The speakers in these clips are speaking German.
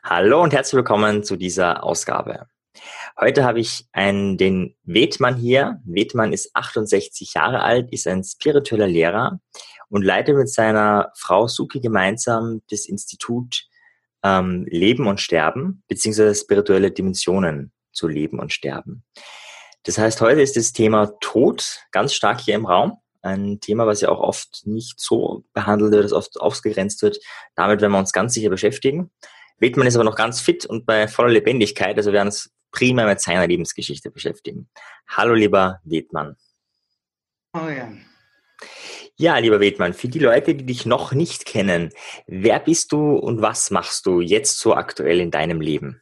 Hallo und herzlich willkommen zu dieser Ausgabe. Heute habe ich den Wedmann hier. Wedmann ist 68 Jahre alt, ist ein spiritueller Lehrer und leitet mit seiner Frau Suki gemeinsam das Institut Leben und Sterben, beziehungsweise spirituelle Dimensionen zu Leben und Sterben. Das heißt, heute ist das Thema Tod ganz stark hier im Raum. Ein Thema, was ja auch oft nicht so behandelt wird, das oft ausgegrenzt wird. Damit werden wir uns ganz sicher beschäftigen. Wedmann ist aber noch ganz fit und bei voller Lebendigkeit, also wir werden uns prima mit seiner Lebensgeschichte beschäftigen. Hallo, lieber Wedmann. Oh ja. Ja, lieber Wedmann, für die Leute, die dich noch nicht kennen, wer bist du und was machst du jetzt so aktuell in deinem Leben?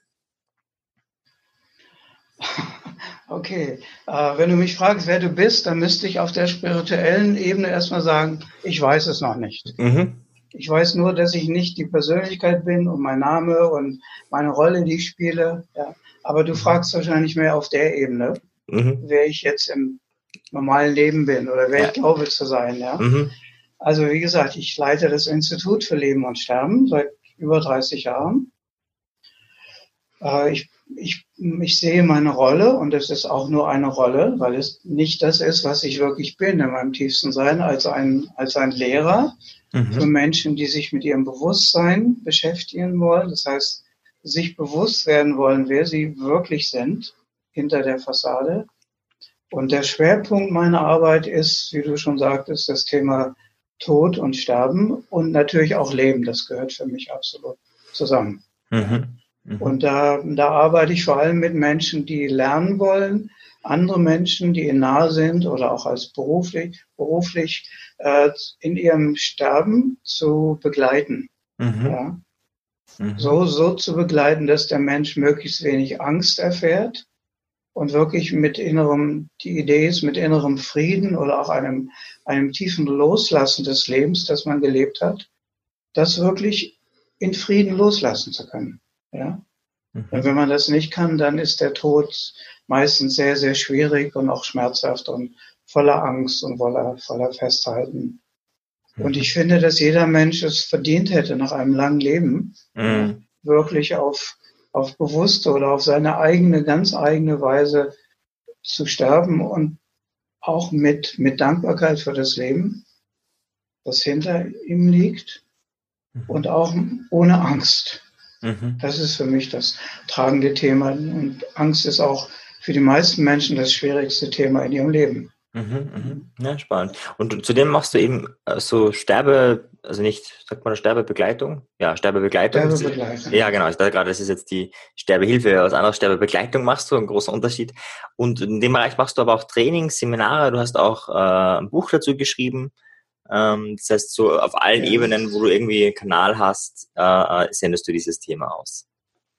Okay, wenn du mich fragst, wer du bist, dann müsste ich auf der spirituellen Ebene erstmal sagen, ich weiß es noch nicht. Ich weiß nur, dass ich nicht die Persönlichkeit bin und mein Name und meine Rolle, die ich spiele. Ja. Aber du fragst wahrscheinlich mehr auf der Ebene, wer ich jetzt im normalen Leben bin oder wer ich glaube zu sein. Ja. Also wie gesagt, ich leite das Institut für Leben und Sterben seit über 30 Jahren. Ich sehe meine Rolle, und es ist auch nur eine Rolle, weil es nicht das ist, was ich wirklich bin in meinem tiefsten Sein, als ein Lehrer für Menschen, die sich mit ihrem Bewusstsein beschäftigen wollen. Das heißt, sich bewusst werden wollen, wer sie wirklich sind hinter der Fassade. Und der Schwerpunkt meiner Arbeit ist, wie du schon sagtest, das Thema Tod und Sterben und natürlich auch Leben. Das gehört für mich absolut zusammen. Und da arbeite ich vor allem mit Menschen, die lernen wollen, andere Menschen, die ihnen nahe sind oder auch als beruflich in ihrem Sterben zu begleiten. Ja. So zu begleiten, dass der Mensch möglichst wenig Angst erfährt und wirklich mit innerem Frieden oder auch einem tiefen Loslassen des Lebens, das man gelebt hat, das wirklich in Frieden loslassen zu können. Ja? Und wenn man das nicht kann, dann ist der Tod meistens sehr, sehr schwierig und auch schmerzhaft und voller Angst und voller Festhalten. Und ich finde, dass jeder Mensch es verdient hätte, nach einem langen Leben wirklich auf bewusste oder auf seine ganz eigene Weise zu sterben und auch mit Dankbarkeit für das Leben, das hinter ihm liegt und auch ohne Angst. Das ist für mich das tragende Thema. Und Angst ist auch für die meisten Menschen das schwierigste Thema in ihrem Leben. Ja, spannend. Und zudem machst du eben so Sterbebegleitung? Ja, Sterbebegleitung. Sterbebegleitung. Ja, genau. Ich dachte gerade, das ist jetzt die Sterbehilfe, was anderes. Sterbebegleitung machst du, ein großer Unterschied. Und in dem Bereich machst du aber auch Trainings, Seminare. Du hast auch ein Buch dazu geschrieben. Das heißt, so auf allen Ebenen, wo du irgendwie einen Kanal hast, sendest du dieses Thema aus.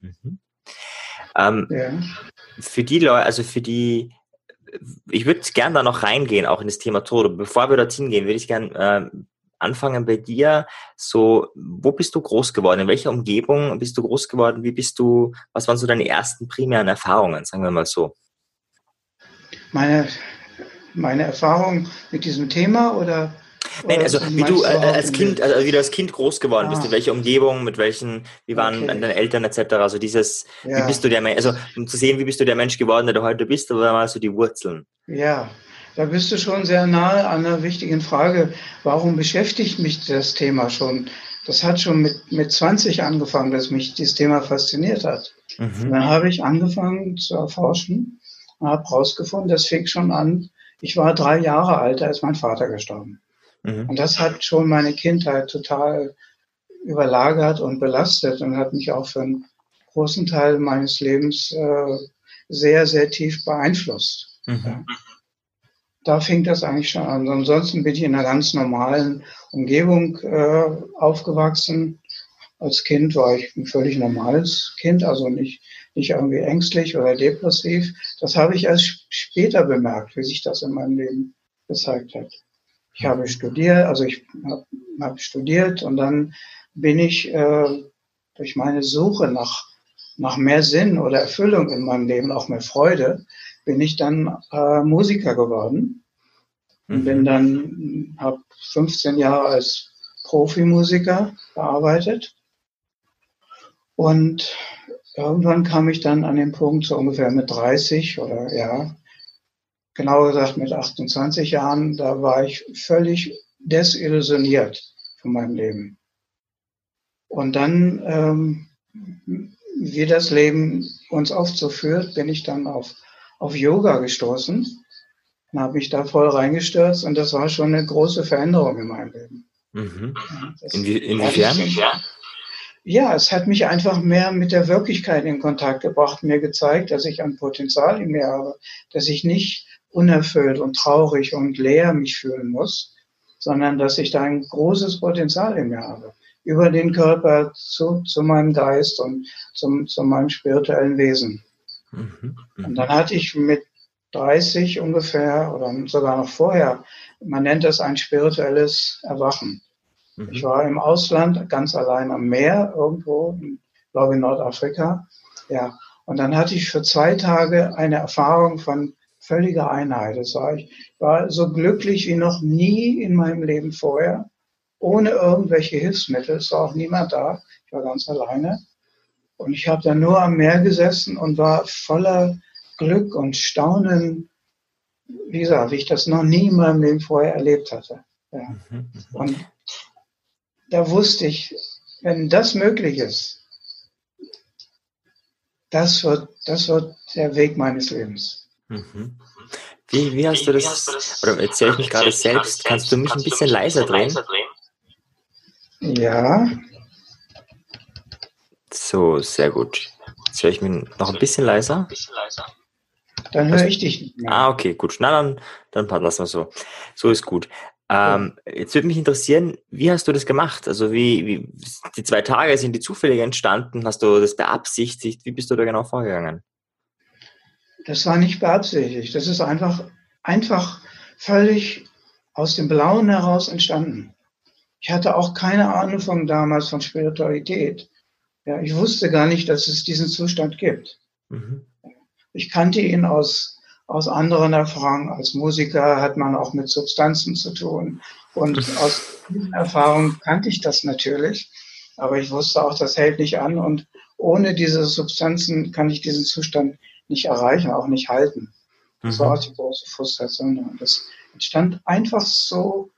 Für die Leute, ich würde gerne da noch reingehen, auch in das Thema Tod. Bevor wir dorthin gehen, würde ich gerne anfangen bei dir. So, wo bist du groß geworden? In welcher Umgebung bist du groß geworden? Was waren so deine ersten primären Erfahrungen, sagen wir mal so? Meine Erfahrung mit diesem Thema oder? Nein, also wie du als Kind, wie du als Kind groß geworden bist, in welcher Umgebung, wie waren deine Eltern etc. Also wie bist du der Mensch, also um zu sehen, wie bist du der Mensch geworden, der du heute bist, oder mal so die Wurzeln? Ja, da bist du schon sehr nahe an einer wichtigen Frage. Warum beschäftigt mich das Thema schon? Das hat schon mit 20 angefangen, dass mich dieses Thema fasziniert hat. Und dann habe ich angefangen zu erforschen und habe herausgefunden, das fing schon an, ich war 3 Jahre alt, da ist mein Vater gestorben. Und das hat schon meine Kindheit total überlagert und belastet und hat mich auch für einen großen Teil meines Lebens sehr, sehr tief beeinflusst. Ja. Da fing das eigentlich schon an. Ansonsten bin ich in einer ganz normalen Umgebung aufgewachsen. Als Kind war ich ein völlig normales Kind, also nicht irgendwie ängstlich oder depressiv. Das habe ich erst später bemerkt, wie sich das in meinem Leben gezeigt hat. Ich habe studiert, ich habe studiert und dann bin ich durch meine Suche nach mehr Sinn oder Erfüllung in meinem Leben, auch mehr Freude, bin ich dann Musiker geworden und habe 15 Jahre als Profimusiker gearbeitet Und irgendwann kam ich dann an den Punkt, so ungefähr mit 30 oder ja, genauer gesagt mit 28 Jahren, da war ich völlig desillusioniert von meinem Leben. Und dann, wie das Leben uns oft so führt, bin ich dann auf Yoga gestoßen und habe mich da voll reingestürzt und das war schon eine große Veränderung in meinem Leben. Mhm. Inwiefern? Ja, es hat mich einfach mehr mit der Wirklichkeit in Kontakt gebracht, mir gezeigt, dass ich ein Potenzial in mir habe, dass ich nicht unerfüllt und traurig und leer mich fühlen muss, sondern dass ich da ein großes Potenzial in mir habe. Über den Körper zu meinem Geist und zu meinem spirituellen Wesen. Und dann hatte ich mit 30 ungefähr oder sogar noch vorher, man nennt das ein spirituelles Erwachen. Ich war im Ausland, ganz allein am Meer, irgendwo, ich glaube in Nordafrika. Ja. Und dann hatte ich für 2 Tage eine Erfahrung von völliger Einheit. Ich war so glücklich wie noch nie in meinem Leben vorher, ohne irgendwelche Hilfsmittel. Es war auch niemand da. Ich war ganz alleine. Und ich habe dann nur am Meer gesessen und war voller Glück und Staunen, wie gesagt, wie ich das noch nie in meinem Leben vorher erlebt hatte. Ja. Und da wusste ich, wenn das möglich ist, das wird der Weg meines Lebens. Wie hast du das, oder erzähle ich mich gerade selbst, kannst du mich ein bisschen leiser drehen? Ja. So, sehr gut. Jetzt höre ich mich noch ein bisschen leiser. Dann höre ich dich nicht mehr. Okay, gut. Na, dann lassen wir so. So ist gut. Jetzt würde mich interessieren, wie hast du das gemacht? Also wie die 2 Tage, sind die zufällig entstanden? Hast du das beabsichtigt? Wie bist du da genau vorgegangen? Das war nicht beabsichtigt. Das ist einfach völlig aus dem Blauen heraus entstanden. Ich hatte auch keine Ahnung damals von Spiritualität. Ja, ich wusste gar nicht, dass es diesen Zustand gibt. Ich kannte ihn aus anderen Erfahrungen. Als Musiker hat man auch mit Substanzen zu tun. Und aus diesen Erfahrungen kannte ich das natürlich. Aber ich wusste auch, das hält nicht an. Und ohne diese Substanzen kann ich diesen Zustand nicht erreichen, auch nicht halten. Das war auch die große Frustration. Und das entstand einfach so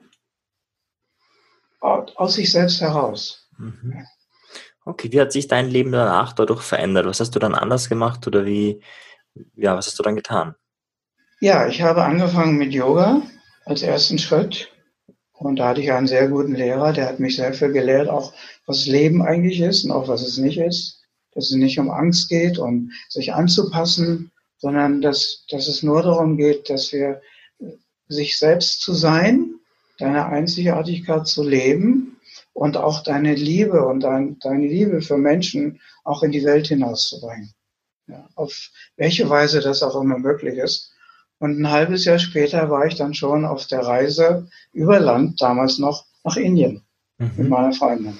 aus sich selbst heraus. Okay, wie hat sich dein Leben danach dadurch verändert? Was hast du dann anders gemacht oder was hast du dann getan? Ja, ich habe angefangen mit Yoga als ersten Schritt und da hatte ich einen sehr guten Lehrer, der hat mich sehr viel gelehrt, auch was Leben eigentlich ist und auch was es nicht ist, dass es nicht um Angst geht und sich anzupassen, sondern dass es nur darum geht, dass wir sich selbst zu sein, deine Einzigartigkeit zu leben und auch deine Liebe und deine Liebe für Menschen auch in die Welt hinauszubringen. Ja, auf welche Weise das auch immer möglich ist. Und ein halbes Jahr später war ich dann schon auf der Reise über Land, damals noch nach Indien, mit meiner Freundin.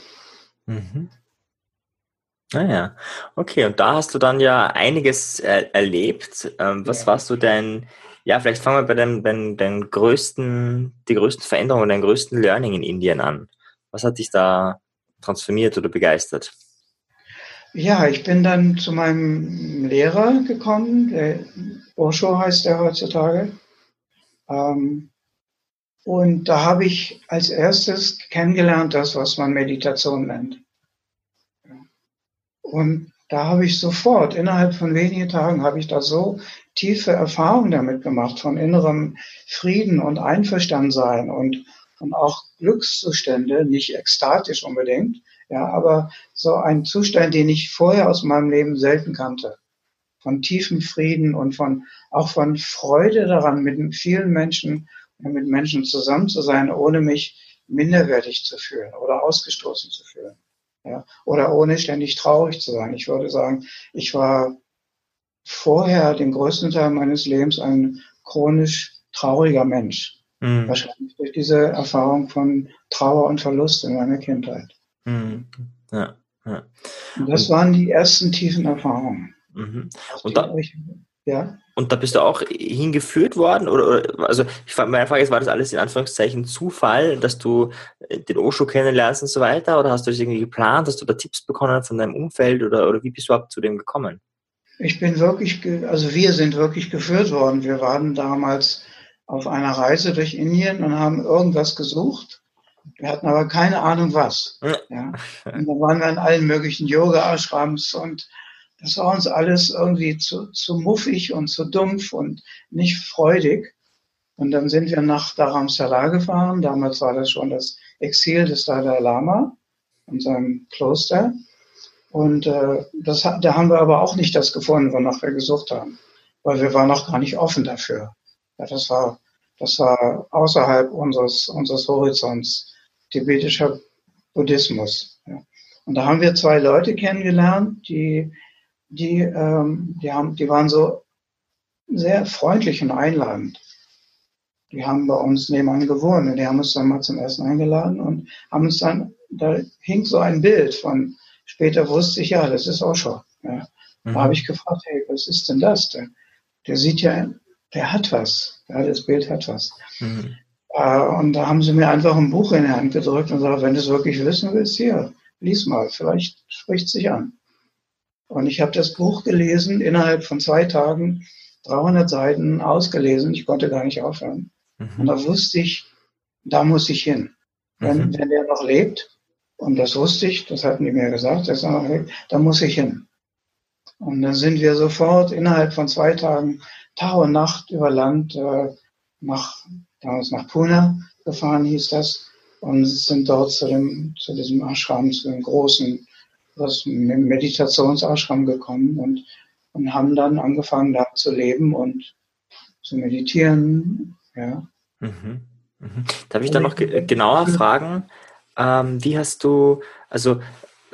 Naja, okay. Und da hast du dann ja einiges erlebt. Was warst du denn, vielleicht fangen wir bei den die größten Veränderungen, deinem größten Learning in Indien an. Was hat dich da transformiert oder begeistert? Ja, ich bin dann zu meinem Lehrer gekommen, der Osho heißt er heutzutage. Und da habe ich als erstes kennengelernt, das, was man Meditation nennt. Und da habe ich sofort, innerhalb von wenigen Tagen, habe ich da so tiefe Erfahrungen damit gemacht, von innerem Frieden und Einverstandensein und auch Glückszustände, nicht ekstatisch unbedingt, ja, aber so ein Zustand, den ich vorher aus meinem Leben selten kannte. Von tiefem Frieden und auch von Freude daran, mit vielen Menschen, mit Menschen zusammen zu sein, ohne mich minderwertig zu fühlen oder ausgestoßen zu fühlen. Ja, oder ohne ständig traurig zu sein. Ich würde sagen, ich war vorher den größten Teil meines Lebens ein chronisch trauriger Mensch. Wahrscheinlich durch diese Erfahrung von Trauer und Verlust in meiner Kindheit. Ja. Und das waren die ersten tiefen Erfahrungen. Und Ja. Und da bist du auch hingeführt worden? Oder also meine Frage ist, war das alles in Anführungszeichen Zufall, dass du den Osho kennenlernst und so weiter? Oder hast du das irgendwie geplant? Hast du da Tipps bekommen von deinem Umfeld? Oder wie bist du überhaupt zu dem gekommen? Also wir sind wirklich geführt worden. Wir waren damals auf einer Reise durch Indien und haben irgendwas gesucht. Wir hatten aber keine Ahnung was. Ja. Und dann waren wir in allen möglichen Yoga-Ashrams und das war uns alles irgendwie zu muffig und zu dumpf und nicht freudig. Und dann sind wir nach Dharamsala gefahren. Damals war das schon das Exil des Dalai Lama in seinem Kloster. Und da haben wir aber auch nicht das gefunden, wonach wir gesucht haben, weil wir waren noch gar nicht offen dafür. Ja, das war außerhalb unseres Horizonts, tibetischer Buddhismus. Ja. Und da haben wir zwei Leute kennengelernt, die waren so sehr freundlich und einladend. Die haben bei uns nebenan gewohnt und die haben uns dann mal zum Essen eingeladen und haben uns dann, da hing so ein Bild von, später wusste ich, ja, das ist Osho. Ja. Da habe ich gefragt, hey, was ist denn das? Der sieht ja, der hat was. Ja, das Bild hat was. Und da haben sie mir einfach ein Buch in die Hand gedrückt und gesagt, wenn du es wirklich wissen willst, hier, lies mal, vielleicht spricht es sich an. Und ich habe das Buch gelesen, innerhalb von 2 Tagen, 300 Seiten ausgelesen. Ich konnte gar nicht aufhören. Und da wusste ich, da muss ich hin. Wenn der noch lebt, und das wusste ich, das hatten die mir gesagt, dass er noch lebt, da muss ich hin. Und dann sind wir sofort innerhalb von 2 Tagen, Tag und Nacht über Land, damals nach Pune gefahren, hieß das, und sind dort zu diesem Ashram, zu dem großen Meditationsashram gekommen und haben dann angefangen, da zu leben und zu meditieren. Ja. Darf ich da noch genauer fragen? Wie hast du, also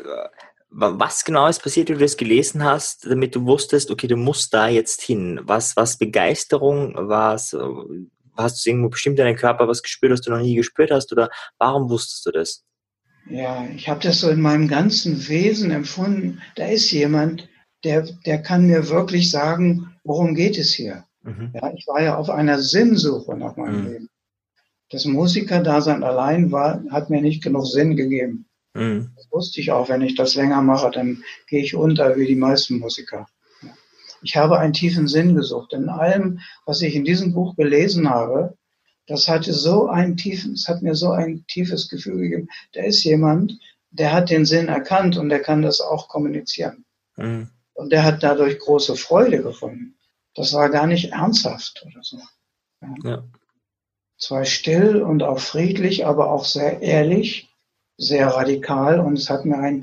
was genau ist passiert, wie du das gelesen hast, damit du wusstest, okay, du musst da jetzt hin? Was Begeisterung? Hast du irgendwo bestimmt in deinem Körper was gespürt, was du noch nie gespürt hast? Oder warum wusstest du das? Ja, ich habe das so in meinem ganzen Wesen empfunden. Da ist jemand, der kann mir wirklich sagen, worum geht es hier? Ja, ich war ja auf einer Sinnsuche nach meinem Leben. Das Musikerdasein allein hat mir nicht genug Sinn gegeben. Das wusste ich auch, wenn ich das länger mache, dann gehe ich unter wie die meisten Musiker. Ja. Ich habe einen tiefen Sinn gesucht. In allem, was ich in diesem Buch gelesen habe, das hat mir so ein tiefes Gefühl gegeben. Da ist jemand, der hat den Sinn erkannt und der kann das auch kommunizieren. Und der hat dadurch große Freude gefunden. Das war gar nicht ernsthaft oder so. Ja. Zwar still und auch friedlich, aber auch sehr ehrlich, sehr radikal. Und es hat mir ein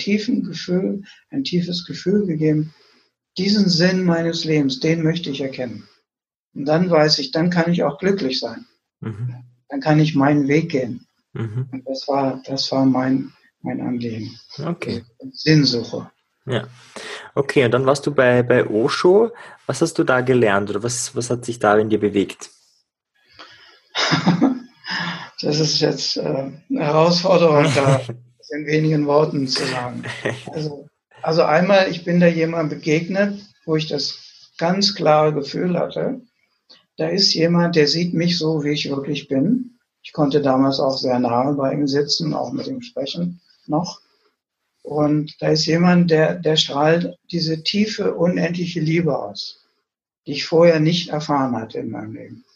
tiefes Gefühl gegeben. Diesen Sinn meines Lebens, den möchte ich erkennen. Und dann weiß ich, dann kann ich auch glücklich sein. Dann kann ich meinen Weg gehen. Und das war mein Anliegen. Okay. Sinnsuche. Ja. Okay, und dann warst du bei Osho. Was hast du da gelernt oder was hat sich da in dir bewegt? Das ist jetzt eine Herausforderung, da in wenigen Worten zu sagen. Also einmal, ich bin da jemandem begegnet, wo ich das ganz klare Gefühl hatte, da ist jemand, der sieht mich so, wie ich wirklich bin. Ich konnte damals auch sehr nahe bei ihm sitzen, auch mit ihm sprechen noch. Und da ist jemand, der strahlt diese tiefe, unendliche Liebe aus, die ich vorher nicht erfahren hatte in meinem Leben.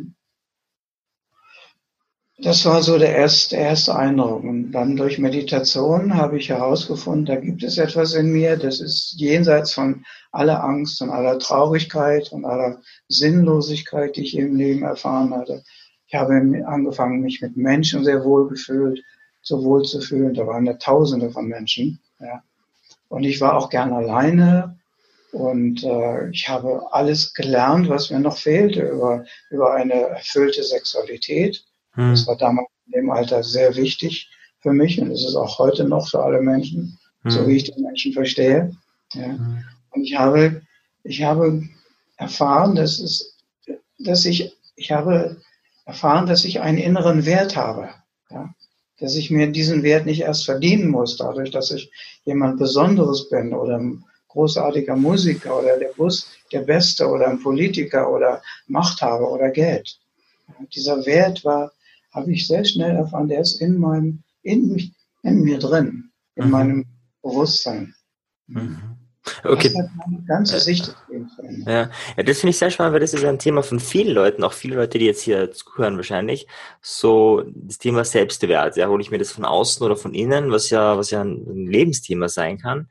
Das war so der erste Eindruck. Und dann durch Meditation habe ich herausgefunden, da gibt es etwas in mir, das ist jenseits von aller Angst und aller Traurigkeit und aller Sinnlosigkeit, die ich im Leben erfahren hatte. Ich habe angefangen, mich mit Menschen sehr wohl zu fühlen. Da waren ja Tausende von Menschen. Ja. Und ich war auch gern alleine. Und ich habe alles gelernt, was mir noch fehlte über eine erfüllte Sexualität. Das war damals in dem Alter sehr wichtig für mich und es ist auch heute noch für alle Menschen, so wie ich die Menschen verstehe. Ja. Und ich habe erfahren, dass ich einen inneren Wert habe. Ja. Dass ich mir diesen Wert nicht erst verdienen muss, dadurch, dass ich jemand Besonderes bin oder großartiger Musiker oder der Beste oder ein Politiker oder Machthaber oder Geld. Dieser Wert habe ich sehr schnell erfahren, der ist in mir drin, in meinem Bewusstsein. Mhm. Das Okay. hat meine ganze Sicht des Lebens verändert. Ja, das finde ich sehr spannend, weil das ist ein Thema von vielen Leuten, auch viele Leute, die jetzt hier zuhören wahrscheinlich, so das Thema Selbstwert. Ja, hole ich mir das von außen oder von innen, was ja ein Lebensthema sein kann.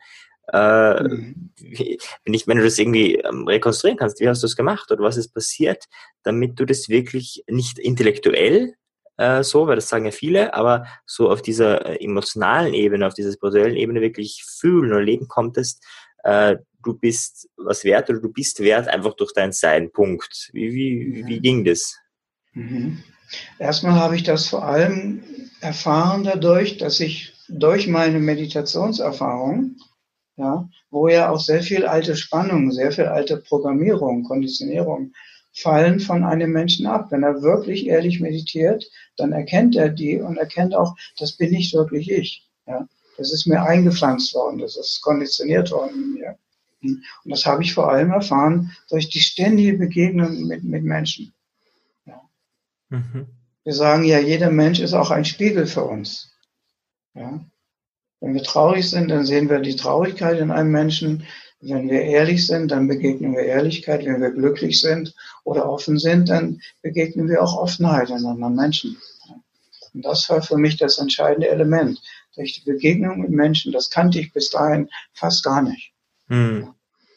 Mhm. Wenn du das irgendwie rekonstruieren kannst, wie hast du es gemacht oder was ist passiert, damit du das wirklich nicht intellektuell so, weil das sagen ja viele, aber so auf dieser emotionalen Ebene, auf dieser spirituellen Ebene wirklich fühlen oder leben konntest, du bist was wert oder du bist wert einfach durch dein Sein. Punkt. Wie ging das? Mhm. Erstmal habe ich das vor allem erfahren dadurch, dass ich durch meine Meditationserfahrung, ja, wo ja auch sehr viel alte Spannungen, sehr viel alte Programmierung, Konditionierung fallen von einem Menschen ab. Wenn er wirklich ehrlich meditiert, dann erkennt er die und erkennt auch, das bin nicht wirklich ich. Ja. Das ist mir eingepflanzt worden, das ist konditioniert worden in mir. Und das habe ich vor allem erfahren durch die ständige Begegnung mit Menschen. Ja. Mhm. Wir sagen ja, jeder Mensch ist auch ein Spiegel für uns. Ja. Wenn wir traurig sind, dann sehen wir die Traurigkeit in einem Menschen. Wenn wir ehrlich sind, dann begegnen wir Ehrlichkeit. Wenn wir glücklich sind oder offen sind, dann begegnen wir auch Offenheit in anderen Menschen. Und das war für mich das entscheidende Element. Durch die Begegnung mit Menschen, das kannte ich bis dahin fast gar nicht. Mhm.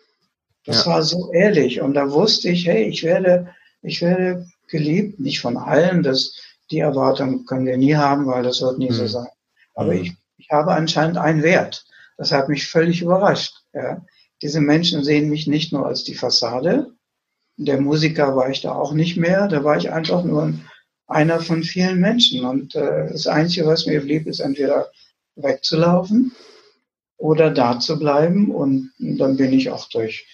Das Ja. war so ehrlich. Und da wusste ich, hey, ich werde geliebt, nicht von allen. Die Erwartung können wir nie haben, weil das wird nie so Mhm. sein. Aber ich habe anscheinend einen Wert. Das hat mich völlig überrascht. Ja. Diese Menschen sehen mich nicht nur als die Fassade. Der Musiker war ich da auch nicht mehr. Da war ich einfach nur einer von vielen Menschen. Und das Einzige, was mir blieb, ist entweder wegzulaufen oder da zu bleiben. Und dann bin ich auch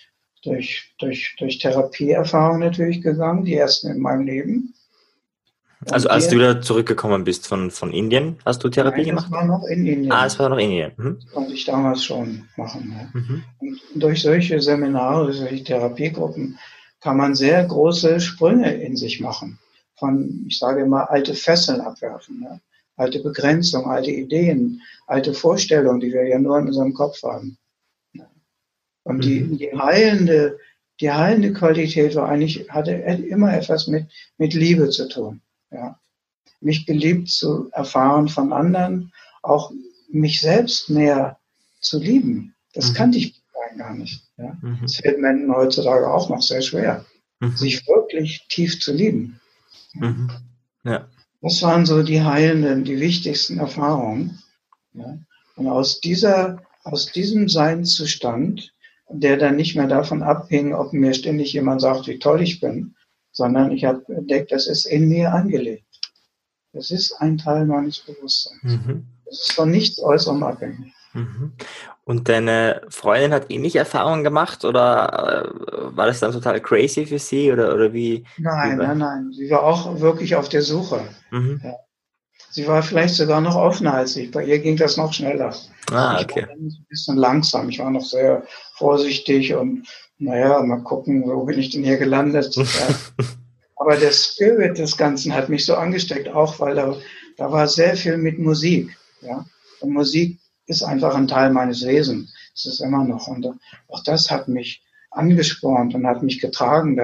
durch Therapieerfahrung natürlich gegangen, die ersten in meinem Leben. Also Und als du die, wieder zurückgekommen bist von Indien, hast du Therapie nein, das gemacht? war noch in Ah, es Indien. war noch Indien. Mhm. Das konnte ich damals schon machen. Ja. Mhm. Und durch solche Seminare, durch solche Therapiegruppen kann man sehr große Sprünge in sich machen. Ich sage immer, alte Fesseln abwerfen. Ja. Alte Begrenzung, alte Ideen, alte Vorstellungen, die wir ja nur in unserem Kopf haben. Ja. Und Mhm. die heilende Qualität hatte immer etwas mit Liebe zu tun. Ja. Mich geliebt zu erfahren von anderen, auch mich selbst mehr zu lieben. Das Mhm. kannte ich gar nicht. Ja. Mhm. Es fällt Menschen heutzutage auch noch sehr schwer, Mhm. sich wirklich tief zu lieben. Ja. Mhm. Ja. Das waren so die heilenden, die wichtigsten Erfahrungen. Ja. Und aus diesem Seinszustand, der dann nicht mehr davon abhing, ob mir ständig jemand sagt, wie toll ich bin, sondern ich habe entdeckt, das ist in mir angelegt. Das ist ein Teil meines Bewusstseins. Mhm. Das ist von nichts Äußerem abhängig. Mhm. Und deine Freundin hat ähnliche Erfahrungen gemacht oder war das dann total crazy für sie oder wie Nein, war? nein, nein. Sie war auch wirklich auf der Suche. Mhm. Ja. Sie war vielleicht sogar noch offener als ich. Bei ihr ging das noch schneller. Ah, Ich war okay. dann so ein bisschen langsam. Ich war noch sehr vorsichtig und naja, mal gucken, wo bin ich denn hier gelandet. Ja. Aber der Spirit des Ganzen hat mich so angesteckt, auch weil da war sehr viel mit Musik. Ja. Und Musik ist einfach ein Teil meines Wesens. Es ist immer noch. Und auch das hat mich angespornt und hat mich getragen.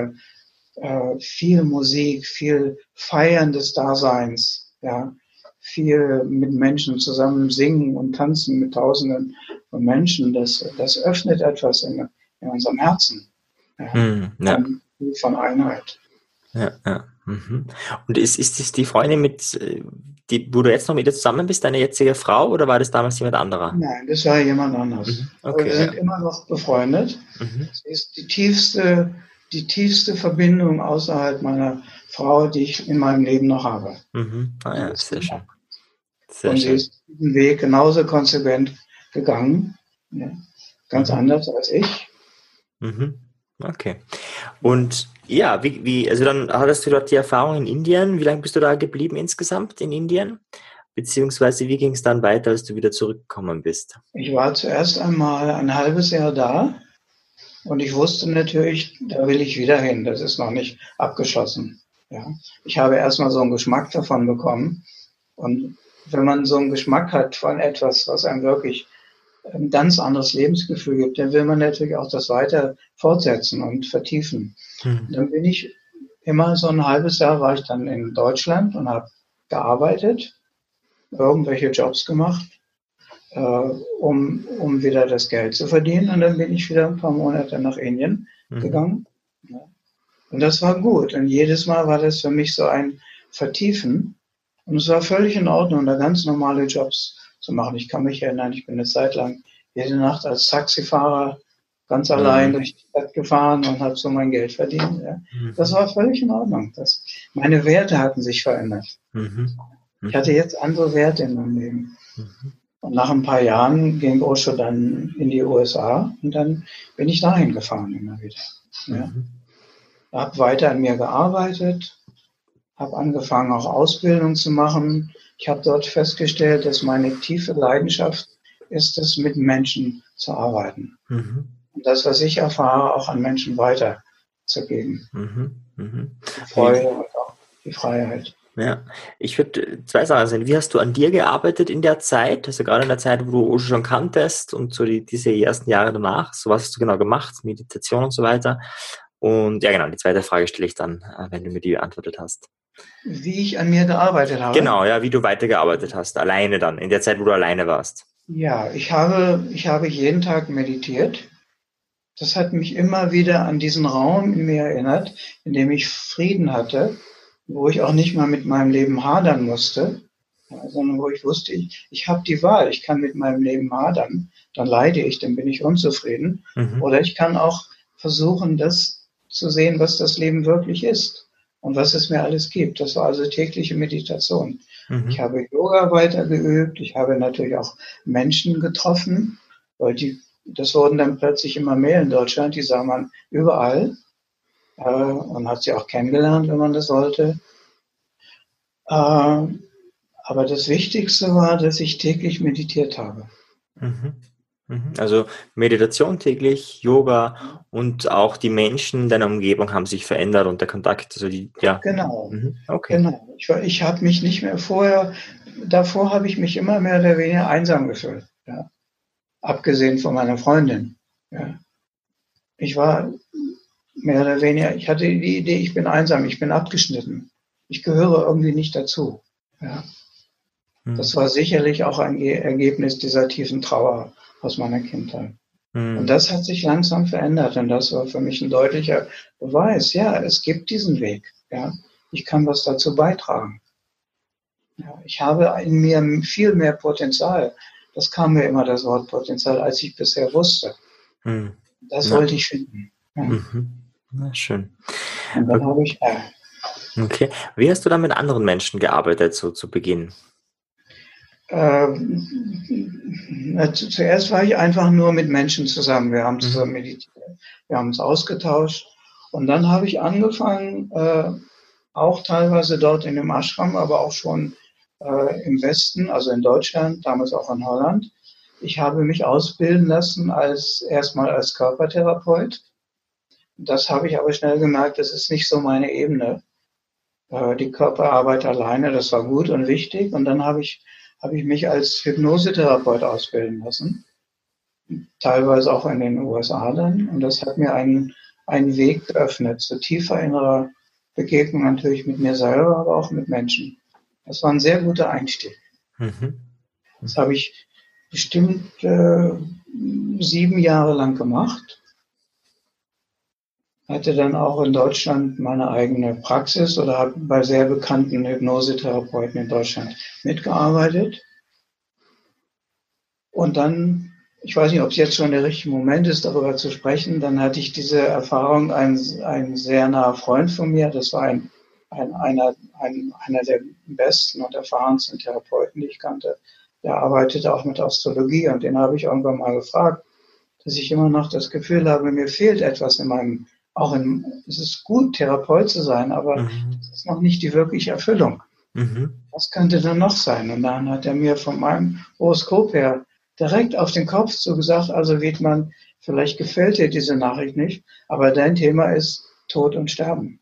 Viel Musik, viel Feiern des Daseins, ja, viel mit Menschen zusammen singen und tanzen mit Tausenden von Menschen. Das öffnet etwas in unserem Herzen. Ja. Ja. Von Einheit. Ja, ja. Mhm. Und ist das die Freundin wo du jetzt noch mit ihr zusammen bist, deine jetzige Frau, oder war das damals jemand anderer? Nein, das war jemand anders. Mhm. Aber wir Okay, sind ja. immer noch befreundet. Mhm. Sie ist die tiefste Verbindung außerhalb meiner Frau, die ich in meinem Leben noch habe. Mhm. Ah Die ja, ist sehr immer. schön. Sehr Und sie schön. ist diesen Weg genauso konsequent gegangen. Ja, ganz Mhm. anders als ich. Mhm. Okay. Und ja, also dann hattest du dort die Erfahrung in Indien. Wie lange bist du da geblieben insgesamt in Indien? beziehungsweise wie ging es dann weiter, als du wieder zurückgekommen bist? Ich war zuerst einmal ein halbes Jahr da und ich wusste natürlich, da will ich wieder hin. Das ist noch nicht abgeschlossen. Ja. Ich habe erstmal so einen Geschmack davon bekommen. Und wenn man so einen Geschmack hat von etwas, was einem wirklich ein ganz anderes Lebensgefühl gibt, dann will man natürlich auch das weiter fortsetzen und vertiefen. Und dann bin ich immer so ein halbes Jahr war ich dann in Deutschland und habe gearbeitet, irgendwelche Jobs gemacht, um wieder das Geld zu verdienen. Und dann bin ich wieder ein paar Monate nach Indien gegangen. Ja. Und das war gut. Und jedes Mal war das für mich so ein Vertiefen. Und es war völlig in Ordnung, da ganz normale Jobs zu machen. Ich kann mich erinnern, ich bin eine Zeit lang jede Nacht als Taxifahrer ganz allein durch die Stadt gefahren und habe so mein Geld verdient. Ja. Das war völlig in Ordnung. Meine Werte hatten sich verändert. Ich hatte jetzt andere Werte in meinem Leben. Und nach ein paar Jahren ging Osho dann in die USA und dann bin ich dahin gefahren immer wieder. Ja. Habe weiter an mir gearbeitet, habe angefangen auch Ausbildung zu machen. Ich habe dort festgestellt, dass meine tiefe Leidenschaft ist es, mit Menschen zu arbeiten. Und das, was ich erfahre, auch an Menschen weiterzugeben. Die Freude und auch die Freiheit. Ja, ich würde zwei Sachen sagen. Wie hast du an dir gearbeitet in der Zeit? Also gerade in der Zeit, wo du Osho schon kanntest und so diese ersten Jahre danach. So was hast du genau gemacht? Meditation und so weiter. Und ja, genau, die zweite Frage stelle ich dann, wenn du mir die beantwortet hast. Wie ich an mir gearbeitet habe? Genau, ja, wie du weitergearbeitet hast. Alleine dann, in der Zeit, wo du alleine warst. Ja, ich habe jeden Tag meditiert. Das hat mich immer wieder an diesen Raum in mir erinnert, in dem ich Frieden hatte, wo ich auch nicht mal mit meinem Leben hadern musste, sondern wo ich wusste, ich habe die Wahl, ich kann mit meinem Leben hadern, dann leide ich, dann bin ich unzufrieden. Oder ich kann auch versuchen, das zu sehen, was das Leben wirklich ist und was es mir alles gibt. Das war also tägliche Meditation. Ich habe Yoga weitergeübt, ich habe natürlich auch Menschen getroffen, weil das wurden dann plötzlich immer mehr in Deutschland, die sah man überall. Und hat sie auch kennengelernt, wenn man das wollte. Aber das Wichtigste war, dass ich täglich meditiert habe. Also Meditation täglich, Yoga und auch die Menschen in deiner Umgebung haben sich verändert und der Kontakt, also ja. Genau. Okay. Genau. Ich habe mich nicht mehr davor habe ich mich immer mehr oder weniger einsam gefühlt. Ja. Abgesehen von meiner Freundin. Ja. Ich war mehr oder weniger, ich hatte die Idee, ich bin einsam, ich bin abgeschnitten. Ich gehöre irgendwie nicht dazu. Ja. Das war sicherlich auch ein Ergebnis dieser tiefen Trauer aus meiner Kindheit. Und das hat sich langsam verändert und das war für mich ein deutlicher Beweis. Ja, es gibt diesen Weg. Ja. Ich kann was dazu beitragen. Ja, ich habe in mir viel mehr Potenzial. Das kam mir immer, das Wort Potenzial, als ich bisher wusste. Das wollte ich finden. Ja. Na, schön. Und dann habe ich... Okay. Wie hast du dann mit anderen Menschen gearbeitet, so zu Beginn? Zuerst war ich einfach nur mit Menschen zusammen. Wir haben zusammen meditiert, wir haben uns ausgetauscht. Und dann habe ich angefangen, auch teilweise dort in dem Ashram, aber auch schon im Westen, also in Deutschland, damals auch in Holland. Ich habe mich ausbilden lassen erstmal als Körpertherapeut. Das habe ich aber schnell gemerkt, das ist nicht so meine Ebene. Die Körperarbeit alleine, das war gut und wichtig. Und dann habe ich mich als Hypnosetherapeut ausbilden lassen. Teilweise auch in den USA dann. Und das hat mir einen Weg geöffnet zu tiefer innerer Begegnung natürlich mit mir selber, aber auch mit Menschen. Das war ein sehr guter Einstieg. Das habe ich bestimmt 7 Jahre lang gemacht. Hatte dann auch in Deutschland meine eigene Praxis oder habe bei sehr bekannten Hypnosetherapeuten in Deutschland mitgearbeitet. Und dann, ich weiß nicht, ob es jetzt schon der richtige Moment ist, darüber zu sprechen, dann hatte ich diese Erfahrung, ein sehr naher Freund von mir, das war einer der besten und erfahrensten Therapeuten, die ich kannte, der arbeitete auch mit Astrologie und den habe ich irgendwann mal gefragt, dass ich immer noch das Gefühl habe, mir fehlt etwas in meinem es ist gut, Therapeut zu sein, aber es ist noch nicht die wirkliche Erfüllung. Was könnte da noch sein? Und dann hat er mir von meinem Horoskop her direkt auf den Kopf so gesagt, also Wiedmann, vielleicht gefällt dir diese Nachricht nicht, aber dein Thema ist Tod und Sterben.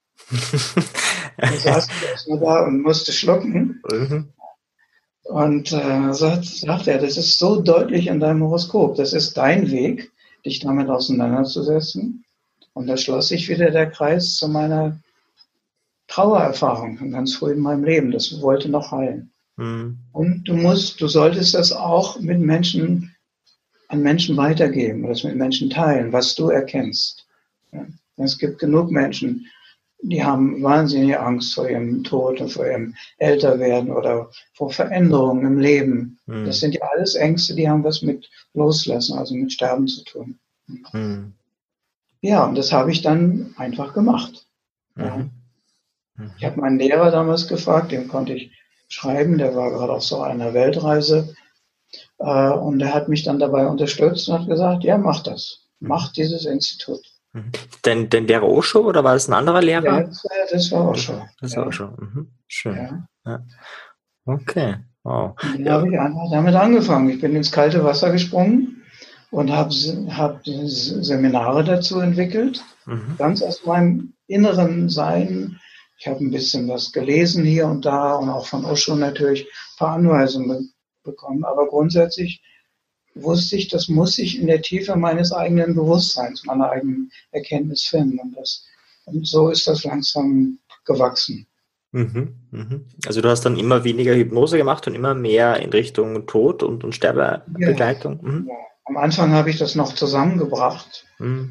Da saß ich erstmal da und musste schlucken. Und sagt er, das ist so deutlich in deinem Horoskop. Das ist dein Weg, dich damit auseinanderzusetzen. Und da schloss sich wieder der Kreis zu meiner Trauererfahrung ganz früh in meinem Leben. Das wollte noch heilen. Und du solltest das auch mit Menschen, an Menschen weitergeben, oder das mit Menschen teilen, was du erkennst. Ja? Es gibt genug Menschen, die haben wahnsinnige Angst vor ihrem Tod und vor ihrem Älterwerden oder vor Veränderungen im Leben. Das sind ja alles Ängste, die haben was mit Loslassen, also mit Sterben zu tun. Ja, und das habe ich dann einfach gemacht. Ja. Ich habe meinen Lehrer damals gefragt, dem konnte ich schreiben, der war gerade auf so einer Weltreise. Und er hat mich dann dabei unterstützt und hat gesagt, ja, mach das. Mach dieses Institut. Dein Lehrer Osho oder war das ein anderer Lehrer? Ja, das war Osho. Das war Osho. Schön. Ja. Okay. Wow. Dann habe ich einfach damit angefangen. Ich bin ins kalte Wasser gesprungen und habe Seminare dazu entwickelt. Ganz aus meinem inneren Sein. Ich habe ein bisschen was gelesen hier und da und auch von Osho natürlich ein paar Anweisungen bekommen. Aber grundsätzlich wusste ich, das muss ich in der Tiefe meines eigenen Bewusstseins, meiner eigenen Erkenntnis finden. Und so ist das langsam gewachsen. Also du hast dann immer weniger Hypnose gemacht und immer mehr in Richtung Tod und Sterbebegleitung? Ja. Am Anfang habe ich das noch zusammengebracht.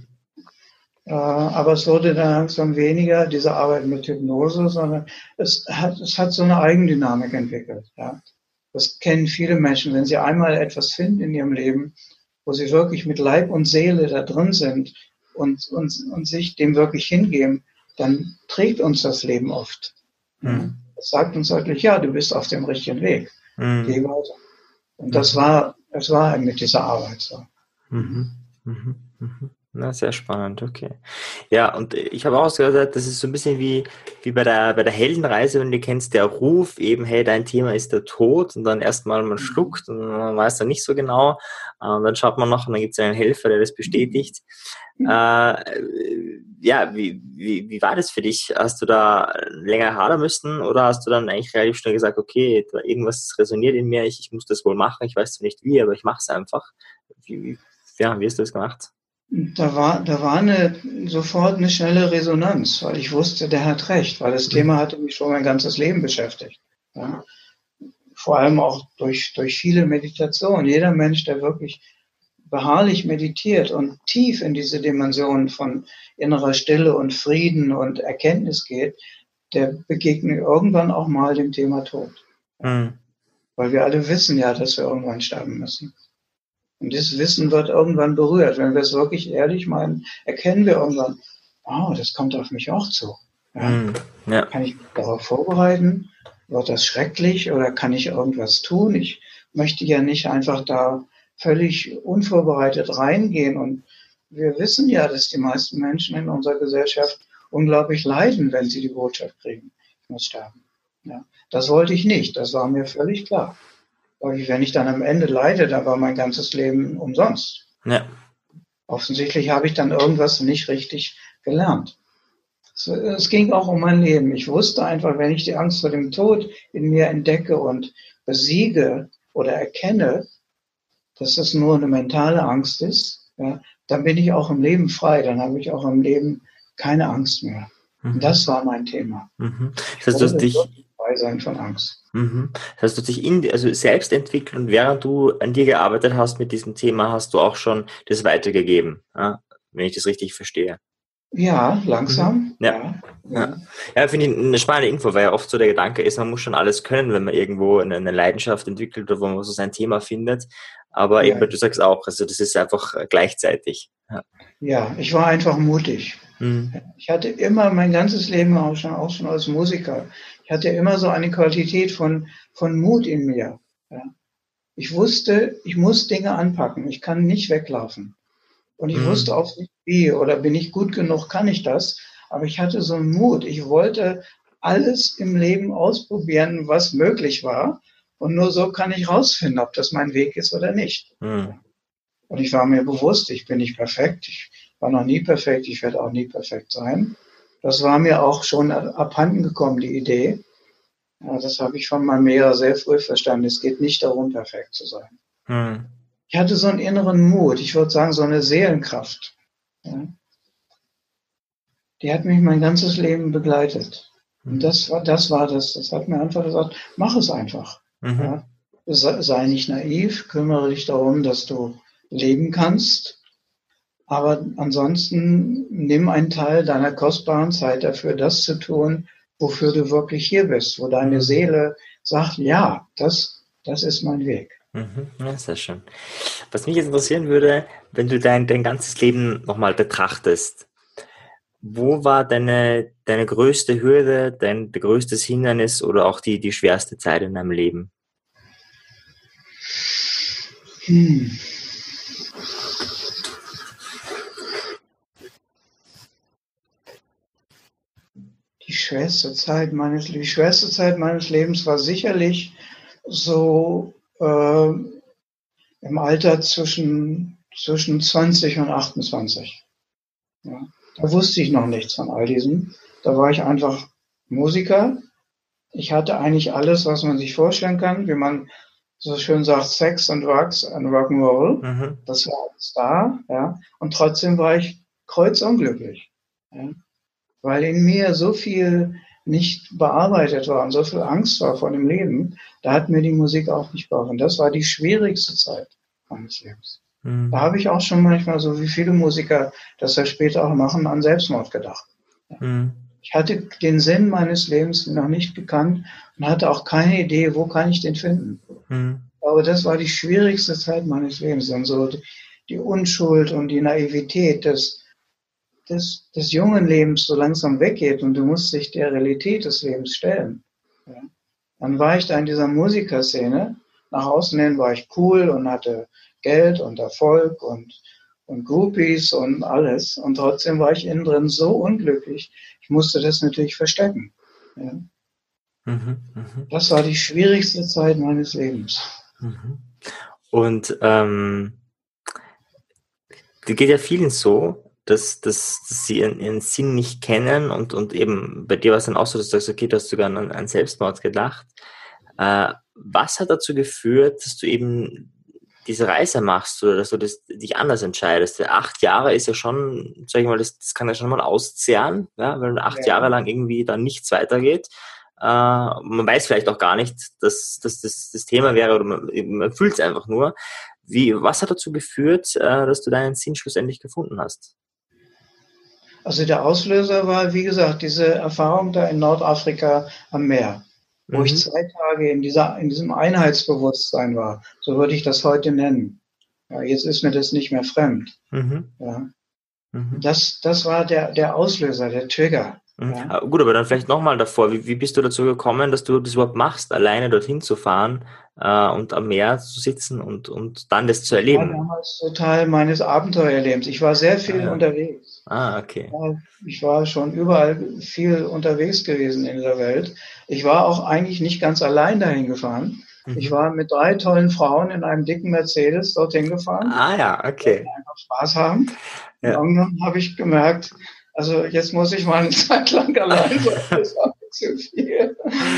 Aber es wurde dann langsam weniger, diese Arbeit mit Hypnose, sondern es hat so eine Eigendynamik entwickelt. Ja. Das kennen viele Menschen, wenn sie einmal etwas finden in ihrem Leben, wo sie wirklich mit Leib und Seele da drin sind und sich dem wirklich hingeben, dann trägt uns das Leben oft. Das sagt uns wirklich, ja, du bist auf dem richtigen Weg. Geh weiter. Und das war mit dieser Arbeit so. Na, sehr spannend, okay. Ja, und ich habe auch gehört, das ist so ein bisschen wie bei der Heldenreise, wenn du kennst, der Ruf eben, hey, dein Thema ist der Tod, und dann erstmal man schluckt und man weiß dann nicht so genau, und dann schaut man noch und dann gibt es einen Helfer, der das bestätigt. Ja, wie war das für dich? Hast du da länger hadern müssen oder hast du dann eigentlich relativ schnell gesagt, okay, irgendwas resoniert in mir, ich muss das wohl machen, ich weiß zwar nicht wie, aber ich mache es einfach. Wie hast du das gemacht? Da war sofort eine schnelle Resonanz, weil ich wusste, der hat recht, weil das Thema hatte mich schon mein ganzes Leben beschäftigt. Ja. Vor allem auch durch viele Meditationen. Jeder Mensch, der wirklich beharrlich meditiert und tief in diese Dimension von innerer Stille und Frieden und Erkenntnis geht, der begegnet irgendwann auch mal dem Thema Tod. Weil wir alle wissen ja, dass wir irgendwann sterben müssen. Und dieses Wissen wird irgendwann berührt. Wenn wir es wirklich ehrlich meinen, erkennen wir irgendwann, oh, das kommt auf mich auch zu. Ja. Kann ich mich darauf vorbereiten? Wird das schrecklich oder kann ich irgendwas tun? Ich möchte ja nicht einfach da völlig unvorbereitet reingehen. Und wir wissen ja, dass die meisten Menschen in unserer Gesellschaft unglaublich leiden, wenn sie die Botschaft kriegen, ich muss sterben. Ja. Das wollte ich nicht, das war mir völlig klar. Wenn ich dann am Ende leide, dann war mein ganzes Leben umsonst. Ja. Offensichtlich habe ich dann irgendwas nicht richtig gelernt. Es ging auch um mein Leben. Ich wusste einfach, wenn ich die Angst vor dem Tod in mir entdecke und besiege oder erkenne, dass das nur eine mentale Angst ist, ja, dann bin ich auch im Leben frei. Dann habe ich auch im Leben keine Angst mehr. Und das war mein Thema. Das heißt, du hast dich frei sein von Angst. Das heißt, du hast dich selbst entwickelt und während du an dir gearbeitet hast mit diesem Thema, hast du auch schon das weitergegeben, ja? Wenn ich das richtig verstehe. Ja, langsam. Ja, finde ich eine spannende Info, weil ja oft so der Gedanke ist, man muss schon alles können, wenn man irgendwo eine Leidenschaft entwickelt oder wo man so sein Thema findet. Aber eben, du sagst auch, also das ist einfach gleichzeitig. Ja, ich war einfach mutig. Ich hatte immer mein ganzes Leben auch schon als Musiker. Ich hatte immer so eine Qualität von Mut in mir. Ja. Ich wusste, ich muss Dinge anpacken. Ich kann nicht weglaufen. Und ich wusste auch nicht wie oder bin ich gut genug, kann ich das. Aber ich hatte so einen Mut. Ich wollte alles im Leben ausprobieren, was möglich war. Und nur so kann ich rausfinden, ob das mein Weg ist oder nicht. Mhm. Und ich war mir bewusst, ich bin nicht perfekt. Ich war noch nie perfekt. Ich werde auch nie perfekt sein. Das war mir auch schon abhanden gekommen, die Idee. Ja, das habe ich von meinem Lehrer sehr früh verstanden. Es geht nicht darum, perfekt zu sein. Mhm. Ich hatte so einen inneren Mut. Ich würde sagen, so eine Seelenkraft. Ja. Die hat mich mein ganzes Leben begleitet. Und das war das. Das hat mir einfach gesagt, mach es einfach. Mhm. Ja. Sei nicht naiv, kümmere dich darum, dass du leben kannst. Aber ansonsten nimm einen Teil deiner kostbaren Zeit dafür, das zu tun, wofür du wirklich hier bist, wo deine Seele sagt, ja, das ist mein Weg. Mhm. Ja, sehr schön. Was mich jetzt interessieren würde, wenn du dein ganzes Leben nochmal betrachtest, wo war deine größte Hürde, dein größtes Hindernis oder auch die schwerste Zeit in deinem Leben? Die schwerste Zeit meines Lebens war sicherlich so im Alter zwischen 20 und 28. Ja. Da wusste ich noch nichts von all diesem. Da war ich einfach Musiker. Ich hatte eigentlich alles, was man sich vorstellen kann, wie man so schön sagt, Sex und Drugs und Rock'n'Roll. Mhm. Das war alles da, ja. Und trotzdem war ich kreuzunglücklich, ja. Weil in mir so viel nicht bearbeitet war und so viel Angst war vor dem Leben, da hat mir die Musik auch nicht geholfen. Das war die schwierigste Zeit meines Lebens. Mhm. Da habe ich auch schon manchmal, so wie viele Musiker das ja später auch machen, an Selbstmord gedacht. Ja. Mhm. Ich hatte den Sinn meines Lebens noch nicht gekannt und hatte auch keine Idee, wo kann ich den finden. Mhm. Aber das war die schwierigste Zeit meines Lebens. Und so die Unschuld und die Naivität des jungen Lebens so langsam weggeht und du musst dich der Realität des Lebens stellen. Ja. Dann war ich da in dieser Musikerszene. Nach außen hin war ich cool und hatte Geld und Erfolg und Groupies und alles. Und trotzdem war ich innen drin so unglücklich. Ich musste das natürlich verstecken. Ja. Mhm, mh. Das war die schwierigste Zeit meines Lebens. Mhm. Und die geht ja vielen so, dass sie ihren Sinn nicht kennen und eben bei dir war es dann auch so, dass du sagst, okay, du hast sogar an Selbstmord gedacht. Was hat dazu geführt, dass du eben diese Reise machst oder dass du dich anders entscheidest? 8 Jahre ist ja schon, sag ich mal, das kann ja schon mal auszehren, ja, wenn 8 Jahre lang irgendwie dann nichts weitergeht. Man weiß vielleicht auch gar nicht, dass das Thema wäre oder man fühlt es einfach nur. Was hat dazu geführt, dass du deinen Sinn schlussendlich gefunden hast? Also der Auslöser war, wie gesagt, diese Erfahrung da in Nordafrika am Meer, wo ich 2 Tage in diesem Einheitsbewusstsein war. So würde ich das heute nennen. Ja, jetzt ist mir das nicht mehr fremd. Mhm. Ja. Mhm. Das war der Auslöser, der Trigger. Mhm. Ja. Gut, aber dann vielleicht nochmal davor. Wie bist du dazu gekommen, dass du das überhaupt machst, alleine dorthin zu fahren und am Meer zu sitzen und dann das zu erleben? Das war damals so Teil meines Abenteuerlebens. Ich war sehr viel unterwegs. Okay. Ich war schon überall viel unterwegs gewesen in der Welt. Ich war auch eigentlich nicht ganz allein dahin gefahren. Mhm. Ich war mit 3 tollen Frauen in einem dicken Mercedes dorthin gefahren. Okay. Die einfach Spaß haben. Ja. Und dann habe ich gemerkt, also jetzt muss ich mal eine Zeit lang allein sein, das war zu viel.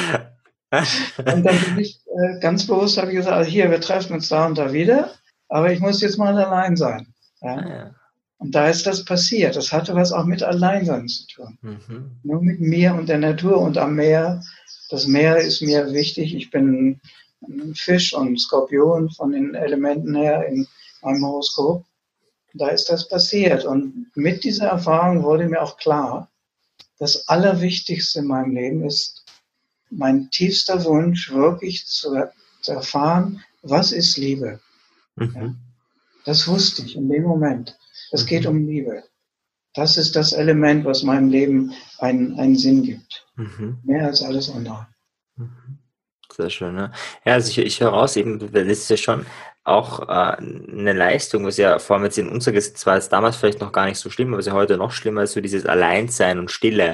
Und dann bin ich ganz bewusst, habe ich gesagt, also hier, wir treffen uns da und da wieder, aber ich muss jetzt mal allein sein. Ja? Und da ist das passiert. Das hatte was auch mit Alleinsein zu tun. Mhm. Nur mit mir und der Natur und am Meer. Das Meer ist mir wichtig. Ich bin ein Fisch und Skorpion von den Elementen her in meinem Horoskop. Da ist das passiert. Und mit dieser Erfahrung wurde mir auch klar, das Allerwichtigste in meinem Leben ist, mein tiefster Wunsch, wirklich zu erfahren, was ist Liebe. Mhm. Ja, das wusste ich in dem Moment. Es geht um Liebe. Das ist das Element, was meinem Leben einen Sinn gibt. Mhm. Mehr als alles andere. Sehr schön, ne? Ja, also ich höre raus, eben, das ist ja schon auch eine Leistung, was ja vor allem jetzt in unserer Gesetz war es damals vielleicht noch gar nicht so schlimm, aber es ist ja heute noch schlimmer, so dieses Alleinsein und Stille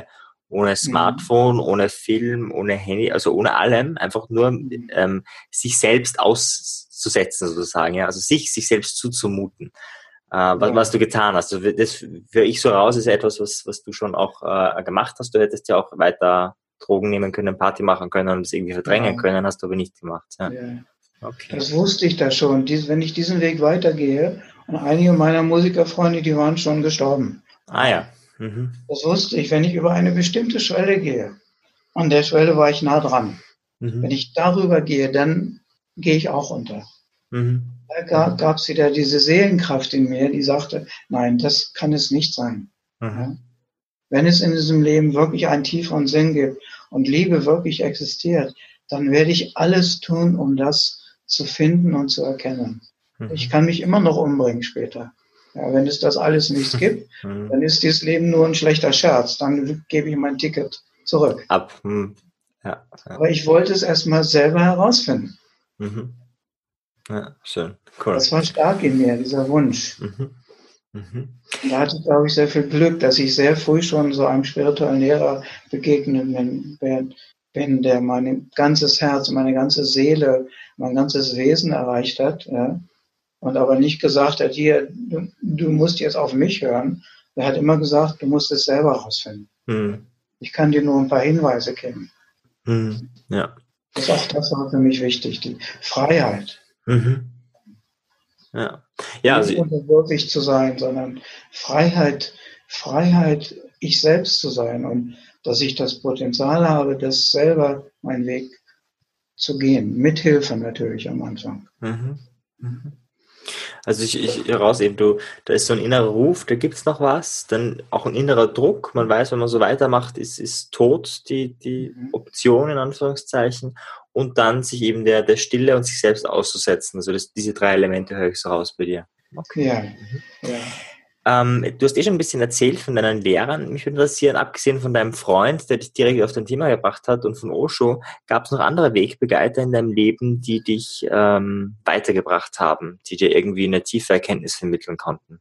ohne Smartphone, ohne Film, ohne Handy, also ohne allem, einfach nur sich selbst auszusetzen sozusagen, ja, also sich selbst zuzumuten. Was du getan hast. Also das höre ich so raus, ist etwas, was du schon auch gemacht hast. Du hättest ja auch weiter Drogen nehmen können, Party machen können und es irgendwie verdrängen können, hast du aber nicht gemacht. Ja. Ja. Okay. Das wusste ich da schon. Wenn ich diesen Weg weitergehe, und einige meiner Musikerfreunde, die waren schon gestorben. Ah ja. Mhm. Das wusste ich, wenn ich über eine bestimmte Schwelle gehe. An der Schwelle war ich nah dran. Mhm. Wenn ich darüber gehe, dann gehe ich auch unter. Mhm. Da gab es wieder diese Seelenkraft in mir, die sagte, nein, das kann es nicht sein. Mhm. Ja? Wenn es in diesem Leben wirklich einen tieferen Sinn gibt und Liebe wirklich existiert, dann werde ich alles tun, um das zu finden und zu erkennen. Mhm. Ich kann mich immer noch umbringen später. Ja, wenn es das alles nicht gibt, dann ist dieses Leben nur ein schlechter Scherz. Dann gebe ich mein Ticket zurück. Ab. Ja. Aber ich wollte es erstmal selber herausfinden. Mhm. Ja, schön. Cool. Das war stark in mir, dieser Wunsch. Mhm. Mhm. Da hatte ich, glaube ich, sehr viel Glück, dass ich sehr früh schon so einem spirituellen Lehrer begegnet bin, der mein ganzes Herz, meine ganze Seele, mein ganzes Wesen erreicht hat. Ja? Und aber nicht gesagt hat, hier, du musst jetzt auf mich hören. Er hat immer gesagt, du musst es selber herausfinden. Mhm. Ich kann dir nur ein paar Hinweise geben. Mhm. Ja. Das war für mich wichtig, die Freiheit. Mhm. Ja. Ja, nicht unterwürfig zu sein, sondern Freiheit, ich selbst zu sein und dass ich das Potenzial habe, das selber meinen Weg zu gehen. Mit Hilfe natürlich am Anfang. Mhm. Mhm. Also ich raus eben, da ist so ein innerer Ruf, da gibt's noch was, dann auch ein innerer Druck, man weiß, wenn man so weitermacht, ist tot die Option in Anführungszeichen und dann sich eben der Stille und sich selbst auszusetzen, also diese 3 Elemente höre ich so raus bei dir. Okay. Ja, ja. Du hast schon ein bisschen erzählt von deinen Lehrern. Mich würde interessieren, abgesehen von deinem Freund, der dich direkt auf dein Thema gebracht hat und von Osho, gab es noch andere Wegbegleiter in deinem Leben, die dich weitergebracht haben, die dir irgendwie eine tiefe Erkenntnis vermitteln konnten?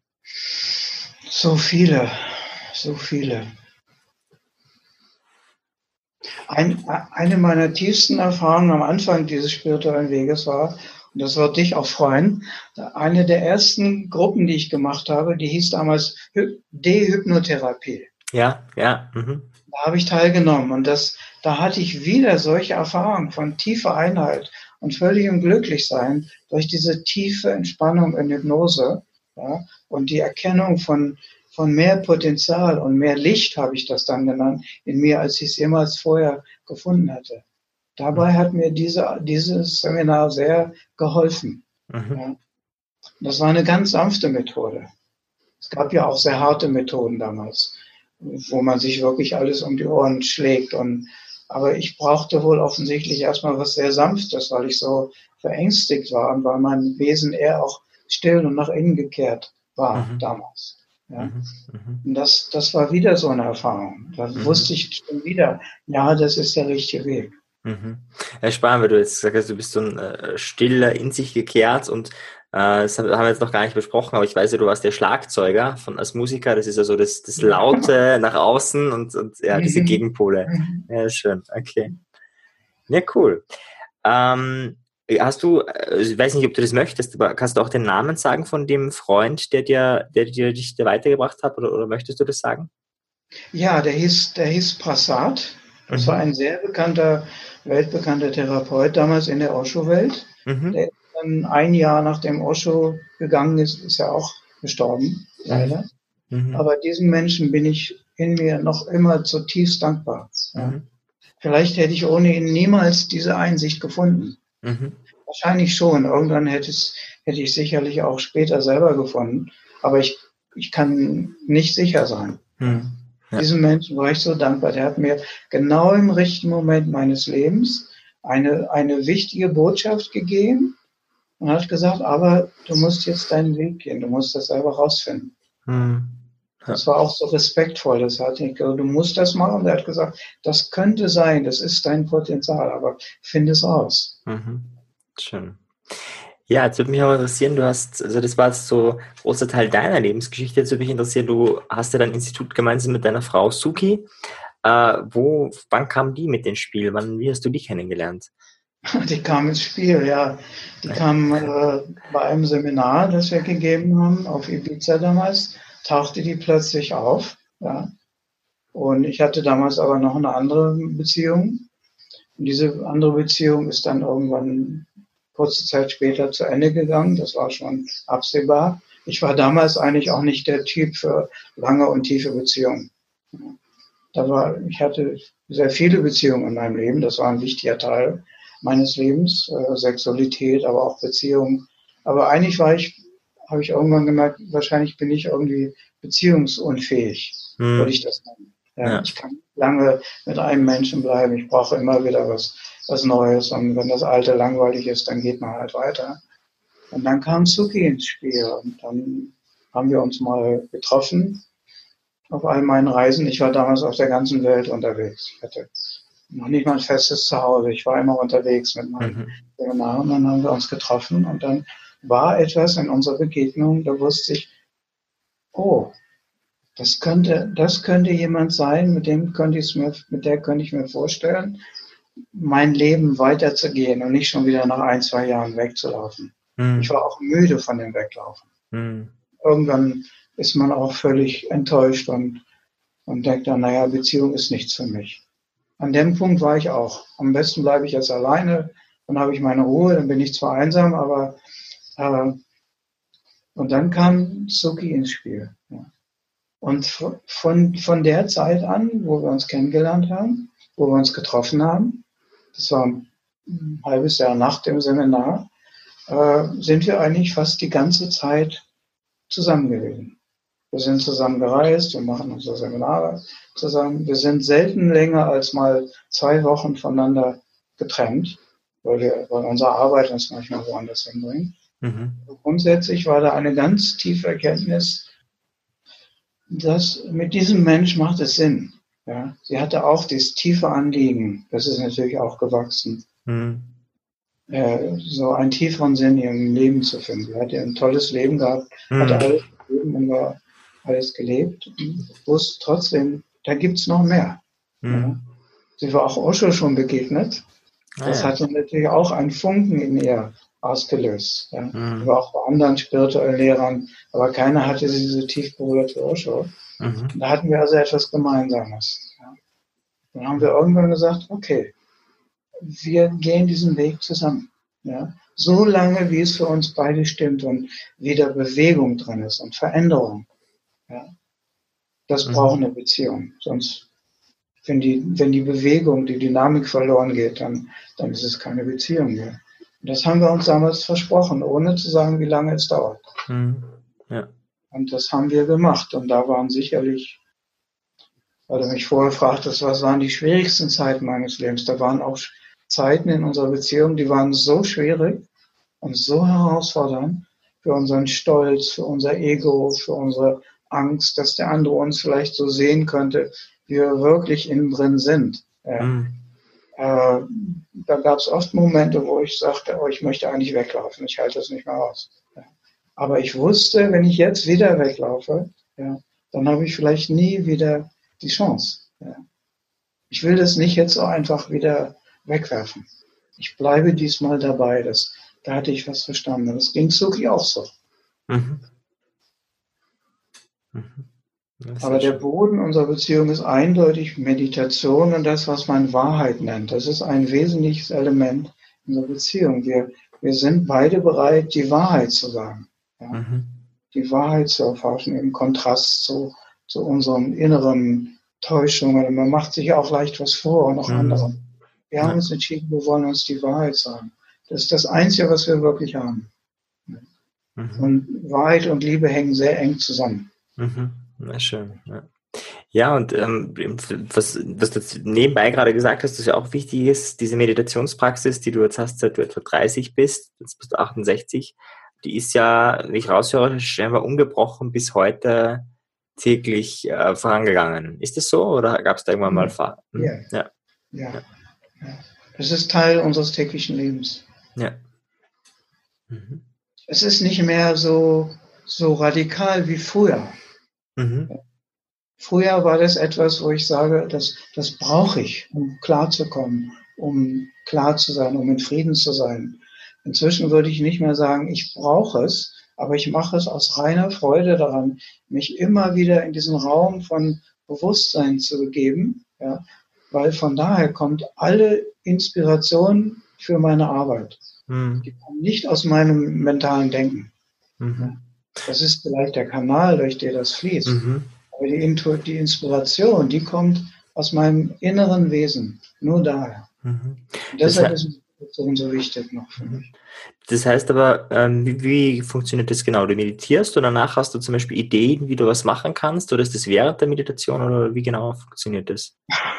So viele. Eine meiner tiefsten Erfahrungen am Anfang dieses spirituellen Weges war, und das wird dich auch freuen, eine der ersten Gruppen, die ich gemacht habe, die hieß damals Dehypnotherapie. Ja, ja. Mhm. Da habe ich teilgenommen und da hatte ich wieder solche Erfahrungen von tiefer Einheit und völligem Glücklichsein durch diese tiefe Entspannung in Hypnose, ja, und die Erkennung von mehr Potenzial und mehr Licht, habe ich das dann genannt, in mir, als ich es jemals vorher gefunden hatte. Dabei hat mir dieses Seminar sehr geholfen. Mhm. Ja. Das war eine ganz sanfte Methode. Es gab ja auch sehr harte Methoden damals, wo man sich wirklich alles um die Ohren schlägt. Aber ich brauchte wohl offensichtlich erstmal was sehr Sanftes, weil ich so verängstigt war und weil mein Wesen eher auch still und nach innen gekehrt war damals. Ja. Und das war wieder so eine Erfahrung. Da wusste ich schon wieder, ja, das ist der richtige Weg. Ja, spannend, weil du jetzt gesagt hast, du bist so ein stiller, in sich gekehrt und das haben wir jetzt noch gar nicht besprochen, aber ich weiß ja, du warst der Schlagzeuger als Musiker, das ist ja so das Laute nach außen und ja, diese Gegenpole. Ja, schön, okay. Ja, cool. Hast du, ich weiß nicht, ob du das möchtest, aber kannst du auch den Namen sagen von dem Freund, der dich weitergebracht hat, oder möchtest du das sagen? Ja, der hieß Prasad. Das war ein sehr weltbekannter Therapeut damals in der Osho-Welt. Der ist dann ein Jahr nachdem Osho gegangen ist er auch gestorben, leider. Aber diesem Menschen bin ich in mir noch immer zutiefst dankbar. Ja. Vielleicht hätte ich ohne ihn niemals diese Einsicht gefunden. Wahrscheinlich schon. Irgendwann hätte ich sicherlich auch später selber gefunden. Aber ich kann nicht sicher sein. Ja. Diesem Menschen war ich so dankbar. Der hat mir genau im richtigen Moment meines Lebens eine wichtige Botschaft gegeben und hat gesagt, aber du musst jetzt deinen Weg gehen. Du musst das selber rausfinden. Ja. Das war auch so respektvoll. Das hat nicht gesagt, du musst das machen. Der hat gesagt, das könnte sein, das ist dein Potenzial, aber finde es raus. Schön. Ja, jetzt würde mich auch interessieren, also das war jetzt so ein großer Teil deiner Lebensgeschichte, jetzt würde mich interessieren, du hast ja dein Institut gemeinsam mit deiner Frau Suki. Wann kam die mit ins Spiel? Wie hast du die kennengelernt? Die kam ins Spiel, ja. Die kam bei einem Seminar, das wir gegeben haben, auf Ibiza damals, tauchte die plötzlich auf. Ja. Und ich hatte damals aber noch eine andere Beziehung. Und diese andere Beziehung ist dann irgendwann kurze Zeit später zu Ende gegangen. Das war schon absehbar. Ich war damals eigentlich auch nicht der Typ für lange und tiefe Beziehungen. Ich hatte sehr viele Beziehungen in meinem Leben. Das war ein wichtiger Teil meines Lebens, Sexualität, aber auch Beziehungen. Aber eigentlich habe ich irgendwann gemerkt, wahrscheinlich bin ich irgendwie beziehungsunfähig, würde ich das nennen. Ja. Ich kann lange mit einem Menschen bleiben. Ich brauche immer wieder was Neues. Und wenn das Alte langweilig ist, dann geht man halt weiter. Und dann kam Suki ins Spiel. Und dann haben wir uns mal getroffen auf all meinen Reisen. Ich war damals auf der ganzen Welt unterwegs. Ich hatte noch nicht mal ein festes Zuhause. Ich war immer unterwegs mit meinem Seminar. Und dann haben wir uns getroffen. Und dann war etwas in unserer Begegnung, da wusste ich, oh, das könnte jemand sein, mit der könnte ich mir vorstellen, mein Leben weiterzugehen und nicht schon wieder nach 1-2 Jahren wegzulaufen. Ich war auch müde von dem Weglaufen. Irgendwann ist man auch völlig enttäuscht und denkt dann, naja, Beziehung ist nichts für mich. An dem Punkt war ich auch. Am besten bleibe ich jetzt alleine, dann habe ich meine Ruhe, dann bin ich zwar einsam, aber und dann kam Suki ins Spiel. Ja. Und von der Zeit an, wo wir uns kennengelernt haben, wo wir uns getroffen haben, das war ein halbes Jahr nach dem Seminar, sind wir eigentlich fast die ganze Zeit zusammen gewesen. Wir sind zusammen gereist, wir machen unsere Seminare zusammen. Wir sind selten länger als mal 2 Wochen voneinander getrennt, weil unsere Arbeit uns manchmal woanders hinbringt. Grundsätzlich war da eine ganz tiefe Erkenntnis, dass mit diesem Mensch macht es Sinn. Ja? Sie hatte auch dieses tiefe Anliegen, das ist natürlich auch gewachsen, so einen tieferen Sinn in ihrem Leben zu finden. Sie hatte ein tolles Leben gehabt, hatte alles gegeben und war alles gelebt und wusste trotzdem, da gibt es noch mehr. Ja? Sie war auch Osho schon begegnet. Das hatte natürlich auch einen Funken in ihr ausgelöst. Ja. Sie war auch bei anderen spirituellen Lehrern, aber keiner hatte sie so tief berührt wie Osho. Da hatten wir also etwas Gemeinsames. Ja. Dann haben wir irgendwann gesagt, okay, wir gehen diesen Weg zusammen. Ja. So lange, wie es für uns beide stimmt und wieder Bewegung drin ist und Veränderung. Ja. Das braucht eine Beziehung. Sonst, wenn die Bewegung, die Dynamik verloren geht, dann ist es keine Beziehung mehr. Und das haben wir uns damals versprochen, ohne zu sagen, wie lange es dauert. Ja. Und das haben wir gemacht. Und da waren sicherlich, weil du mich vorher fragtest, was waren die schwierigsten Zeiten meines Lebens? Da waren auch Zeiten in unserer Beziehung, die waren so schwierig und so herausfordernd für unseren Stolz, für unser Ego, für unsere Angst, dass der andere uns vielleicht so sehen könnte, wie wir wirklich innen drin sind. Da gab es oft Momente, wo ich sagte, oh, ich möchte eigentlich weglaufen, ich halte das nicht mehr aus. Ja. Aber ich wusste, wenn ich jetzt wieder weglaufe, ja, dann habe ich vielleicht nie wieder die Chance. Ja. Ich will das nicht jetzt so einfach wieder wegwerfen. Ich bleibe diesmal dabei. Da hatte ich was verstanden. Das ging Suki auch so. Aber der Boden unserer Beziehung ist eindeutig Meditation und das, was man Wahrheit nennt. Das ist ein wesentliches Element unserer Beziehung. Wir sind beide bereit, die Wahrheit zu sagen. Ja? Die Wahrheit zu erforschen im Kontrast zu unseren inneren Täuschungen. Man macht sich auch leicht was vor und auch andere. Wir haben uns entschieden, wir wollen uns die Wahrheit sagen. Das ist das Einzige, was wir wirklich haben. Und Wahrheit und Liebe hängen sehr eng zusammen. Na schön. Ja, und was du nebenbei gerade gesagt hast, das ja auch wichtig ist, diese Meditationspraxis, die du jetzt hast, seit du etwa 30 bist, jetzt bist du 68, die ist ja, wie ich raushöre, scheinbar ungebrochen bis heute täglich vorangegangen. Ist das so oder gab es da irgendwann mal Ja. Das ist Teil unseres täglichen Lebens. Ja. Es ist nicht mehr so radikal wie früher. Früher war das etwas, wo ich sage, das brauche ich, um klarzukommen, um klar zu sein, um in Frieden zu sein. Inzwischen würde ich nicht mehr sagen, ich brauche es, aber ich mache es aus reiner Freude daran, mich immer wieder in diesen Raum von Bewusstsein zu begeben, ja, weil von daher kommt alle Inspiration für meine Arbeit. Die kommen nicht aus meinem mentalen Denken. Ja. Das ist vielleicht der Kanal, durch den das fließt. Aber die Inspiration, die kommt aus meinem inneren Wesen, nur daher. Und deshalb ist Meditation so wichtig noch für mich. Das heißt aber, wie funktioniert das genau? Du meditierst und danach hast du zum Beispiel Ideen, wie du was machen kannst, oder ist das während der Meditation, oder wie genau funktioniert das?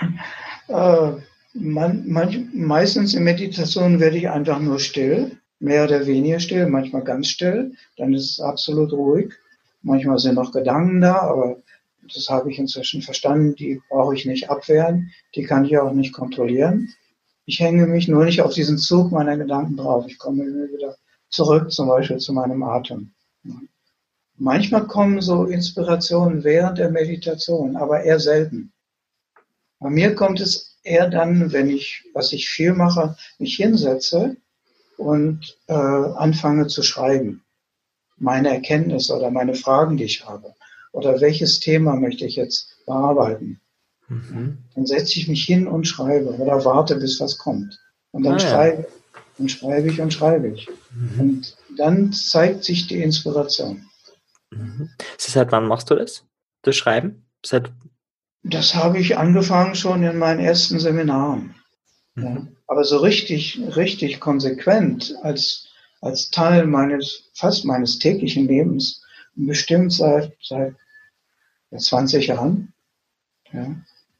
Meistens in Meditation werde ich einfach nur still, mehr oder weniger still, manchmal ganz still, dann ist es absolut ruhig. Manchmal sind noch Gedanken da, aber das habe ich inzwischen verstanden, die brauche ich nicht abwehren, die kann ich auch nicht kontrollieren. Ich hänge mich nur nicht auf diesen Zug meiner Gedanken drauf. Ich komme immer wieder zurück, zum Beispiel zu meinem Atem. Manchmal kommen so Inspirationen während der Meditation, aber eher selten. Bei mir kommt es eher dann, wenn ich, was ich viel mache, mich hinsetze und anfange zu schreiben. Meine Erkenntnisse oder meine Fragen, die ich habe. Oder welches Thema möchte ich jetzt bearbeiten. Dann setze ich mich hin und schreibe oder warte, bis was kommt. Und dann schreibe ich. Und dann zeigt sich die Inspiration. Seit wann machst du das? Das Schreiben? Das habe ich angefangen schon in meinen ersten Seminaren. Ja. Aber so richtig konsequent als Teil fast meines täglichen Lebens, bestimmt seit 20 Jahren. Ja.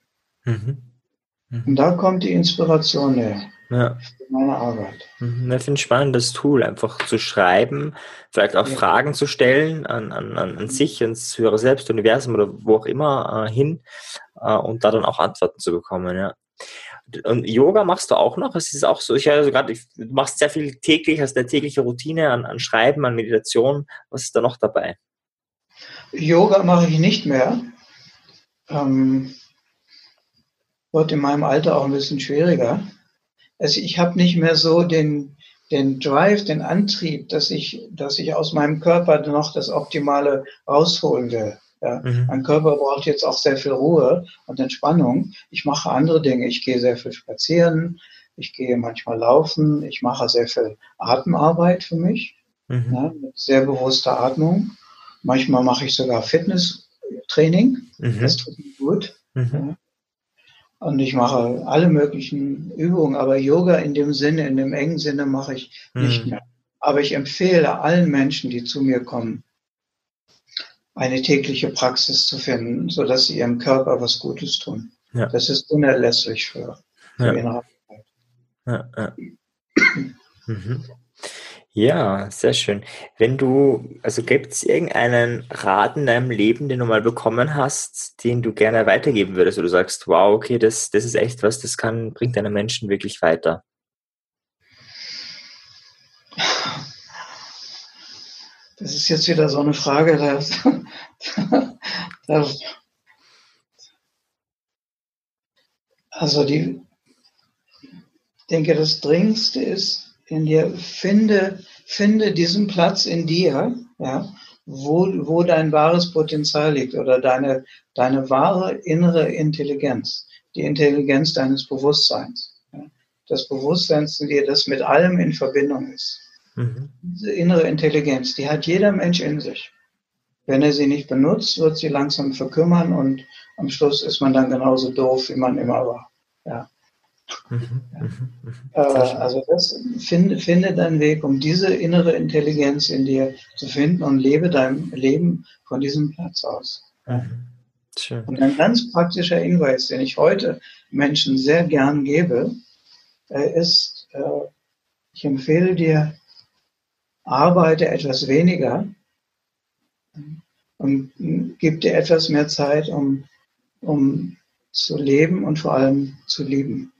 Und da kommt die Inspiration her. Ja. Für meine Arbeit. Ich finde es ein spannendes Tool, einfach zu schreiben, vielleicht auch Fragen zu stellen an sich, ans höhere Selbst, Universum oder wo auch immer hin und da dann auch Antworten zu bekommen. Ja. Und Yoga machst du auch noch? Es ist auch so, du machst sehr viel täglich, hast eine tägliche Routine an Schreiben, an Meditation. Was ist da noch dabei? Yoga mache ich nicht mehr. Wird in meinem Alter auch ein bisschen schwieriger. Also ich habe nicht mehr so den Drive, den Antrieb, dass ich aus meinem Körper noch das Optimale rausholen will. Ja. Mein Körper braucht jetzt auch sehr viel Ruhe und Entspannung. Ich mache andere Dinge. Ich gehe sehr viel spazieren. Ich gehe manchmal laufen. Ich mache sehr viel Atemarbeit für mich. Ja, mit sehr bewusster Atmung. Manchmal mache ich sogar Fitnesstraining. Das tut mir gut. Ja. Und ich mache alle möglichen Übungen, aber Yoga in dem engen Sinne mache ich nicht mehr. Aber ich empfehle allen Menschen, die zu mir kommen, eine tägliche Praxis zu finden, sodass sie ihrem Körper was Gutes tun. Ja. Das ist unerlässlich für innere Arbeit. Ja, sehr schön. Gibt es irgendeinen Rat in deinem Leben, den du mal bekommen hast, den du gerne weitergeben würdest, oder du sagst, wow, okay, das ist echt was, bringt einen Menschen wirklich weiter? Das ist jetzt wieder so eine Frage, ich denke, das Dringendste ist in dir, finde diesen Platz in dir, ja, wo dein wahres Potenzial liegt oder deine wahre innere Intelligenz, die Intelligenz deines Bewusstseins. Ja. Das Bewusstsein in dir, das mit allem in Verbindung ist. Diese innere Intelligenz, die hat jeder Mensch in sich. Wenn er sie nicht benutzt, wird sie langsam verkümmern und am Schluss ist man dann genauso doof, wie man immer war. Ja. Also finde deinen Weg, um diese innere Intelligenz in dir zu finden und lebe dein Leben von diesem Platz aus. Schön. Und ein ganz praktischer Hinweis, den ich heute Menschen sehr gern gebe, ist, ich empfehle dir, arbeite etwas weniger und gib dir etwas mehr Zeit, um zu leben und vor allem zu lieben.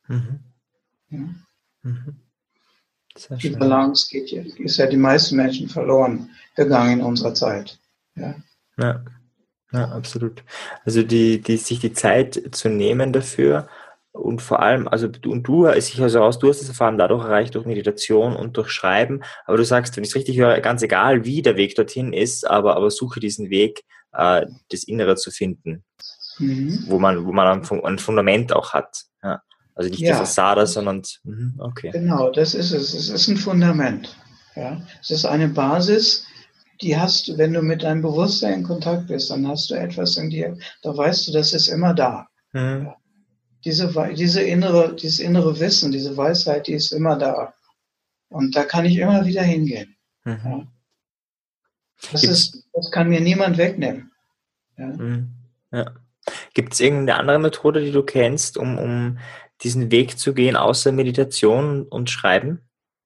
Ja. Die Balance ist ja die meisten Menschen verloren gegangen in unserer Zeit. Ja. Ja, absolut. Also sich die Zeit zu nehmen dafür und vor allem, also du, ich höre so raus, du hast es vor allem dadurch erreicht, durch Meditation und durch Schreiben, aber du sagst, wenn ich es richtig höre, ganz egal, wie der Weg dorthin ist, aber suche diesen Weg, das Innere zu finden, Mhm. wo man ein Fundament auch hat. Ja. Also nicht die Ja, Fassade, sondern, okay. genau, das ist es. Es ist ein Fundament. Ja, es ist eine Basis, die hast du, wenn du mit deinem Bewusstsein in Kontakt bist, dann hast du etwas in dir, da weißt du, das ist immer da. Mhm. Ja. Dieses innere Wissen, diese Weisheit, die ist immer da. Und da kann ich immer wieder hingehen. Mhm. Ja. Gibt's, Das kann mir niemand wegnehmen. Ja. ja. Gibt es irgendeine andere Methode, die du kennst, um diesen Weg zu gehen, außer Meditation und Schreiben?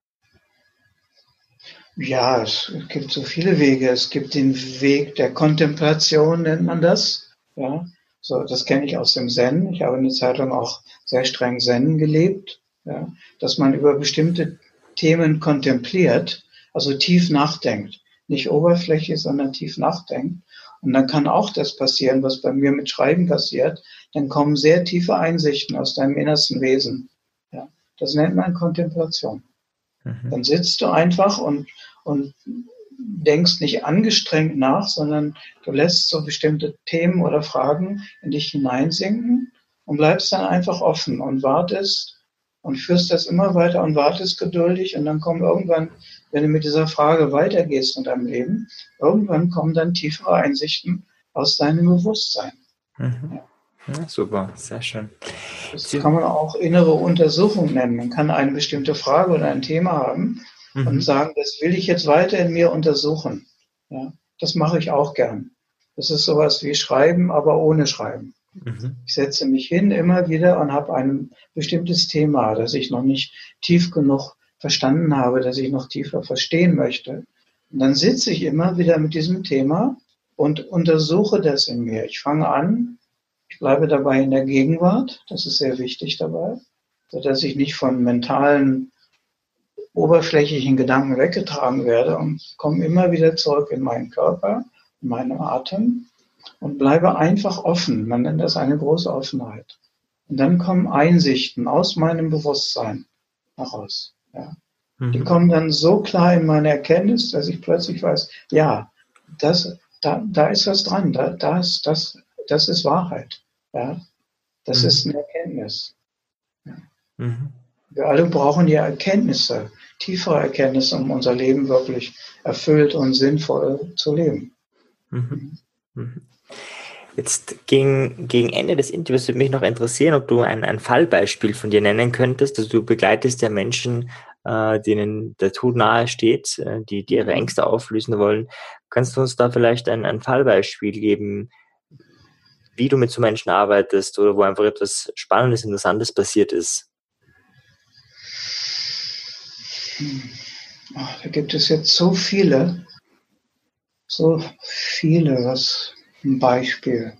Ja, es gibt so viele Wege. Es gibt den Weg der Kontemplation, nennt man das. Ja, so, das kenne ich aus dem Zen. Ich habe eine Zeit lang auch sehr streng Zen gelebt. Ja, dass man über bestimmte Themen kontempliert, also tief nachdenkt. Nicht oberflächlich, sondern tief nachdenkt. Und dann kann auch das passieren, was bei mir mit Schreiben passiert. Dann kommen sehr tiefe Einsichten aus deinem innersten Wesen. Ja, das nennt man Kontemplation. Mhm. Dann sitzt du einfach und denkst nicht angestrengt nach, sondern du lässt so bestimmte Themen oder Fragen in dich hineinsinken und bleibst dann einfach offen und wartest und führst das immer weiter und wartest geduldig und dann kommen irgendwann, wenn du mit dieser Frage weitergehst in deinem Leben, irgendwann kommen dann tiefere Einsichten aus deinem Bewusstsein. Mhm. Ja. Ja, super, sehr schön. Das Sie, kann man auch innere Untersuchung nennen. Man kann eine bestimmte Frage oder ein Thema haben und mhm. sagen, das will ich jetzt weiter in mir untersuchen. Ja, das mache ich auch gern. Das ist sowas wie Schreiben, aber ohne Schreiben. Mhm. Ich setze mich hin immer wieder und habe ein bestimmtes Thema, das ich noch nicht tief genug verstanden habe, das ich noch tiefer verstehen möchte. Und dann sitze ich immer wieder mit diesem Thema und untersuche das in mir. Ich fange an, ich bleibe dabei in der Gegenwart, das ist sehr wichtig dabei, sodass ich nicht von mentalen, oberflächlichen Gedanken weggetragen werde und komme immer wieder zurück in meinen Körper, in meinen Atem und bleibe einfach offen. Man nennt das eine große Offenheit. Und dann kommen Einsichten aus meinem Bewusstsein heraus. Ja. Die Mhm. kommen dann so klar in meine Erkenntnis, dass ich plötzlich weiß, ja, da ist was dran, das ist Wahrheit. Ja. Das ist Mhm. eine Erkenntnis. Mhm. Wir alle brauchen ja Erkenntnisse, tiefere Erkenntnisse, um unser Leben wirklich erfüllt und sinnvoll zu leben. Mhm. Mhm. Jetzt gegen Ende des Interviews würde mich noch interessieren, ob du ein Fallbeispiel von dir nennen könntest. Also du begleitest ja Menschen, denen der Tod nahe steht, die ihre Ängste auflösen wollen. Kannst du uns da vielleicht ein Fallbeispiel geben, wie du mit so Menschen arbeitest oder wo einfach etwas Spannendes, Interessantes passiert ist? Da gibt es jetzt so viele, was ein Beispiel.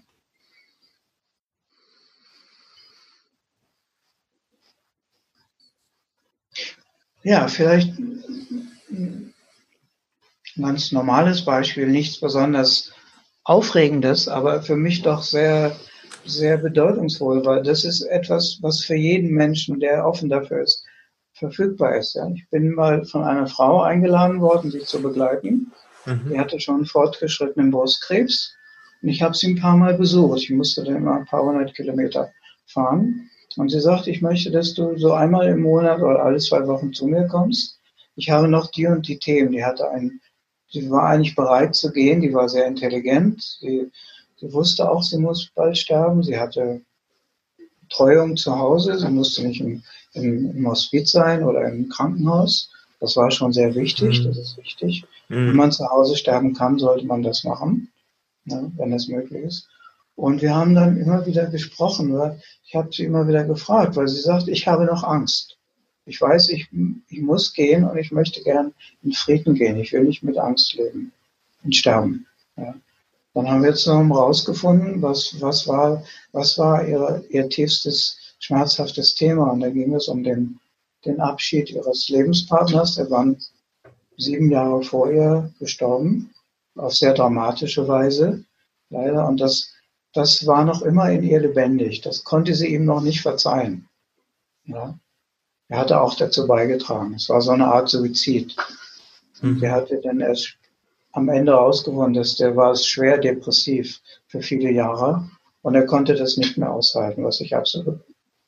Ja, vielleicht ein ganz normales Beispiel, nichts besonders Aufregendes, aber für mich doch sehr, sehr bedeutungsvoll, weil das ist etwas, was für jeden Menschen, der offen dafür ist, verfügbar ist. Ja. Ich bin mal von einer Frau eingeladen worden, sie zu begleiten. Die Mhm. hatte schon fortgeschrittenen Brustkrebs und ich habe sie ein paar Mal besucht. Ich musste dann immer ein paar hundert Kilometer fahren. Und sie sagte, ich möchte, dass du so einmal im Monat oder alle 2 Wochen zu mir kommst. Ich habe noch die und die Themen. Sie war eigentlich bereit zu gehen, die war sehr intelligent. Sie wusste auch, sie muss bald sterben. Sie hatte Betreuung zu Hause. Sie musste nicht im Hospiz sein oder im Krankenhaus. Das war schon sehr wichtig. Das Mhm. ist wichtig. Wenn Mhm. man zu Hause sterben kann, sollte man das machen, ne, wenn das möglich ist. Und wir haben dann immer wieder gesprochen. Weil ich habe sie immer wieder gefragt, weil sie sagt, ich habe noch Angst. Ich weiß, ich muss gehen und ich möchte gern in Frieden gehen. Ich will nicht mit Angst leben und sterben. Ja. Dann haben wir zusammen rausgefunden, was war ihr tiefstes, schmerzhaftes Thema. Und da ging es um den Abschied ihres Lebenspartners. Der war 7 Jahre vor ihr gestorben, auf sehr dramatische Weise. leider. Und das war noch immer in ihr lebendig. Das konnte sie ihm noch nicht verzeihen. Ja. Er hatte auch dazu beigetragen. Es war so eine Art Suizid. Und der hatte dann erst am Ende rausgefunden, dass der war schwer depressiv für viele Jahre. Und er konnte das nicht mehr aushalten, was ich absolut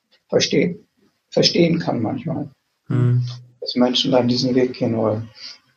verstehen kann manchmal. Dass Menschen dann diesen Weg gehen wollen.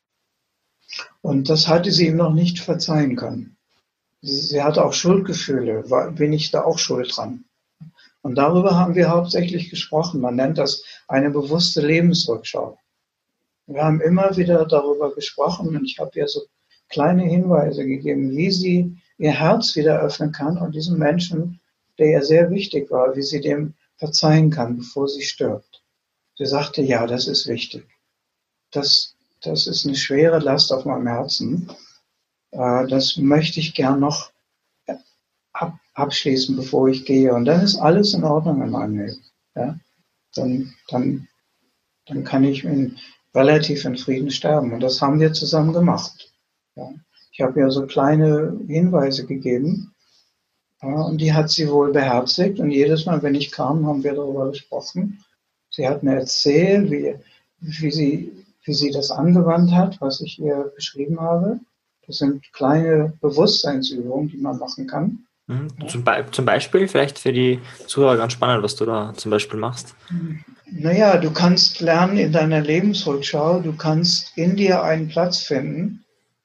Und das hatte sie ihm noch nicht verzeihen können. Sie hatte auch Schuldgefühle. Bin ich da auch schuld dran? Und darüber haben wir hauptsächlich gesprochen. Man nennt das eine bewusste Lebensrückschau. Wir haben immer wieder darüber gesprochen und ich habe ihr so kleine Hinweise gegeben, wie sie ihr Herz wieder öffnen kann und diesem Menschen, der ihr sehr wichtig war, wie sie dem verzeihen kann, bevor sie stirbt. Sie sagte, ja, das ist wichtig. Das ist eine schwere Last auf meinem Herzen. Das möchte ich gern noch abschließen, bevor ich gehe. Und dann ist alles in Ordnung in meinem Leben. Ja? Dann kann ich relativ in Frieden sterben. Und das haben wir zusammen gemacht. Ja? Ich habe ihr so kleine Hinweise gegeben. Und die hat sie wohl beherzigt. Und jedes Mal, wenn ich kam, haben wir darüber gesprochen. Sie hat mir erzählt, wie sie das angewandt hat, was ich ihr beschrieben habe. Das sind kleine Bewusstseinsübungen, die man machen kann. Zum Beispiel, vielleicht für die Zuhörer ganz spannend, was du da zum Beispiel machst. Naja, du kannst lernen in deiner Lebensrückschau, du kannst in dir einen Platz finden,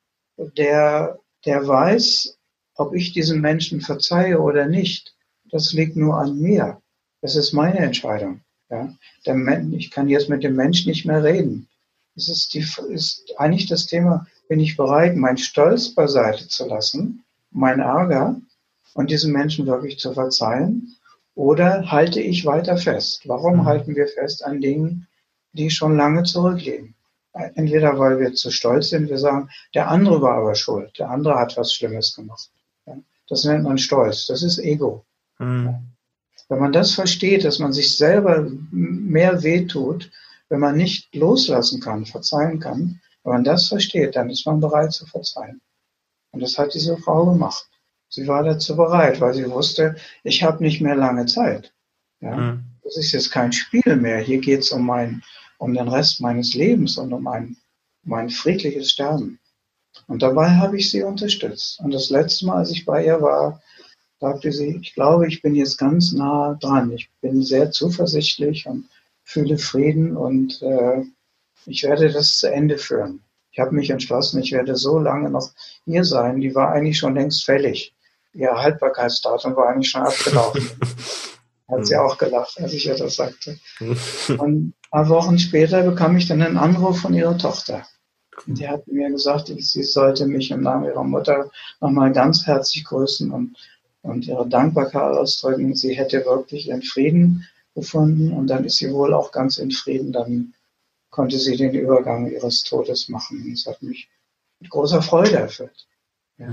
der weiß, ob ich diesem Menschen verzeihe oder nicht. Das liegt nur an mir. Das ist meine Entscheidung. Ja? Ich kann jetzt mit dem Menschen nicht mehr reden. Das ist eigentlich das Thema, bin ich bereit, meinen Stolz beiseite zu lassen, meinen Ärger und diesem Menschen wirklich zu verzeihen? Oder halte ich weiter fest? Warum halten wir fest an Dingen, die schon lange zurückliegen? Entweder weil wir zu stolz sind, wir sagen, der andere war aber schuld, der andere hat was Schlimmes gemacht. Ja? Das nennt man Stolz, das ist Ego. Ja? Wenn man das versteht, dass man sich selber mehr wehtut, wenn man nicht loslassen kann, verzeihen kann, wenn man das versteht, dann ist man bereit zu verzeihen. Und das hat diese Frau gemacht. Sie war dazu bereit, weil sie wusste, ich habe nicht mehr lange Zeit. Ja? Das ist jetzt kein Spiel mehr. Hier geht es um den Rest meines Lebens und um mein friedliches Sterben. Und dabei habe ich sie unterstützt. Und das letzte Mal, als ich bei ihr war, sagte sie, ich glaube, ich bin jetzt ganz nah dran. Ich bin sehr zuversichtlich und fühle Frieden und ich werde das zu Ende führen. Ich habe mich entschlossen, ich werde so lange noch hier sein. Die war eigentlich schon längst fällig. Ihr Haltbarkeitsdatum war eigentlich schon abgelaufen. Hat sie auch gelacht, als ich ihr das sagte. Und ein paar Wochen später bekam ich dann einen Anruf von ihrer Tochter. Und die hat mir gesagt, sie sollte mich im Namen ihrer Mutter nochmal ganz herzlich grüßen und ihre Dankbarkeit ausdrücken. Sie hätte wirklich ihren Frieden gefunden und dann ist sie wohl auch ganz in Frieden. Dann konnte sie den Übergang ihres Todes machen. Das hat mich mit großer Freude erfüllt. Ja.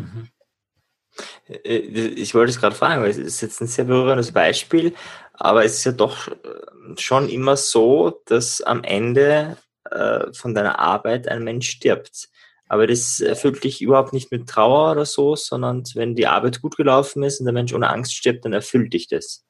Ich wollte es gerade fragen, weil es ist jetzt ein sehr berührendes Beispiel, aber es ist ja doch schon immer so, dass am Ende von deiner Arbeit ein Mensch stirbt. Aber das erfüllt dich überhaupt nicht mit Trauer oder so, sondern wenn die Arbeit gut gelaufen ist und der Mensch ohne Angst stirbt, dann erfüllt dich das.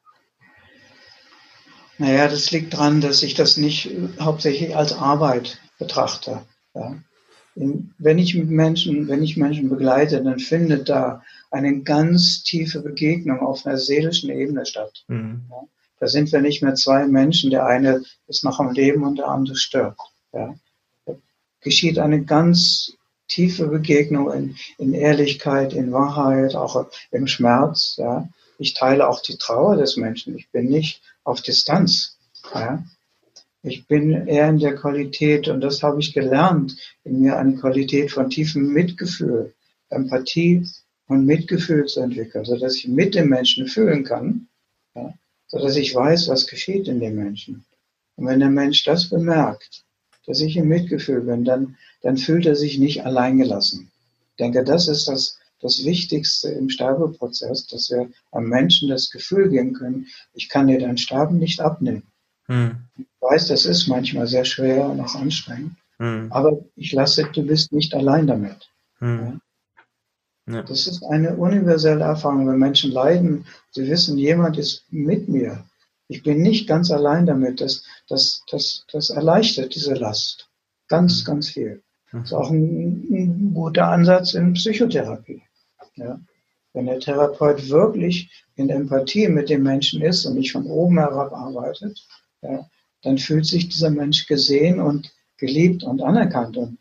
Naja, das liegt daran, dass ich das nicht hauptsächlich als Arbeit betrachte. Ja. Wenn ich Menschen begleite, dann findet da eine ganz tiefe Begegnung auf einer seelischen Ebene statt. Ja. Da sind wir nicht mehr zwei Menschen, der eine ist noch am Leben und der andere stirbt. Ja. Da geschieht eine ganz tiefe Begegnung in Ehrlichkeit, in Wahrheit, auch im Schmerz. Ja. Ich teile auch die Trauer des Menschen. Ich bin nicht auf Distanz. Ja. Ich bin eher in der Qualität, und das habe ich gelernt, in mir eine Qualität von tiefem Mitgefühl, Empathie und Mitgefühl zu entwickeln, sodass ich mit dem Menschen fühlen kann, ja, sodass ich weiß, was geschieht in dem Menschen. Und wenn der Mensch das bemerkt, dass ich im Mitgefühl bin, dann fühlt er sich nicht alleingelassen. Ich denke, das ist das Wichtigste im Sterbeprozess, dass wir am Menschen das Gefühl geben können, ich kann dir dein Sterben nicht abnehmen. Ich weiß, das ist manchmal sehr schwer und auch anstrengend, aber du bist nicht allein damit. Ja? Ja. Das ist eine universelle Erfahrung. Wenn Menschen leiden, sie wissen, jemand ist mit mir. Ich bin nicht ganz allein damit. Das erleichtert diese Last. Ganz, ganz viel. Das ist auch ein guter Ansatz in Psychotherapie. Ja. Wenn der Therapeut wirklich in Empathie mit dem Menschen ist und nicht von oben herab arbeitet, ja, dann fühlt sich dieser Mensch gesehen und geliebt und anerkannt. Und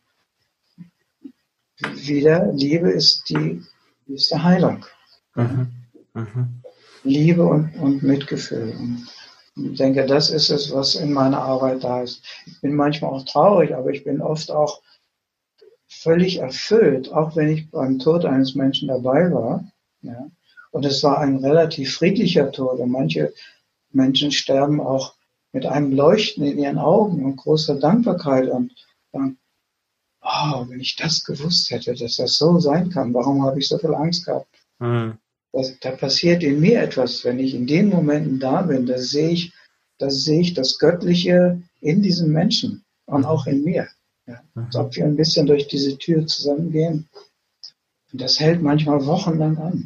wieder, Liebe ist die Heilung. Ja. Liebe und Mitgefühl. Und ich denke, das ist es, was in meiner Arbeit da ist. Ich bin manchmal auch traurig, aber ich bin oft auch völlig erfüllt, auch wenn ich beim Tod eines Menschen dabei war. Ja. Und es war ein relativ friedlicher Tod. Und manche Menschen sterben auch mit einem Leuchten in ihren Augen und großer Dankbarkeit und sagen, oh, wenn ich das gewusst hätte, dass das so sein kann, warum habe ich so viel Angst gehabt? Da passiert in mir etwas, wenn ich in den Momenten da bin, da sehe ich das Göttliche in diesem Menschen und auch in mir. Ja. Als ob wir ein bisschen durch diese Tür zusammengehen. Und das hält manchmal wochenlang an.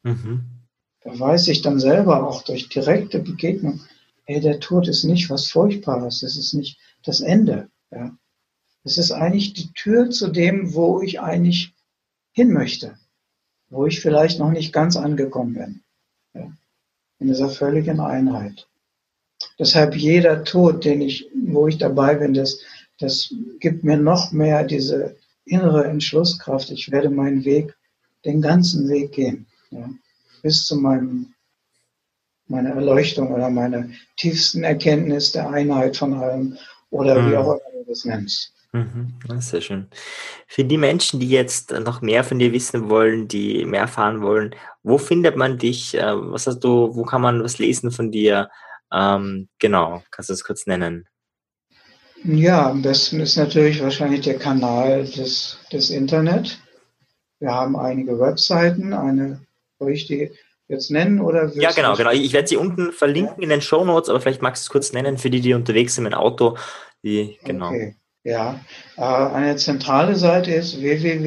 Da weiß ich dann selber auch durch direkte Begegnung, hey, der Tod ist nicht was Furchtbares, das ist nicht das Ende. Ja. Es ist eigentlich die Tür zu dem, wo ich eigentlich hin möchte, wo ich vielleicht noch nicht ganz angekommen bin. Ja. In dieser völligen Einheit. Deshalb jeder Tod, wo ich dabei bin, das gibt mir noch mehr diese innere Entschlusskraft. Ich werde meinen Weg, den ganzen Weg gehen, ja, bis zu meiner Erleuchtung oder meiner tiefsten Erkenntnis der Einheit von allem oder wie auch immer du das nennst. Sehr schön. Für die Menschen, die jetzt noch mehr von dir wissen wollen, die mehr erfahren wollen, wo findet man dich? Was hast du, wo kann man was lesen von dir? Genau, kannst du das kurz nennen? Ja, am besten ist natürlich wahrscheinlich der Kanal des Internet. Wir haben einige Webseiten, soll ich die jetzt nennen oder Ja, willst du genau. das? Ich werde sie unten verlinken in den Shownotes, aber vielleicht magst du es kurz nennen für die, die unterwegs sind mit dem Auto. Genau. Okay, ja. Eine zentrale Seite ist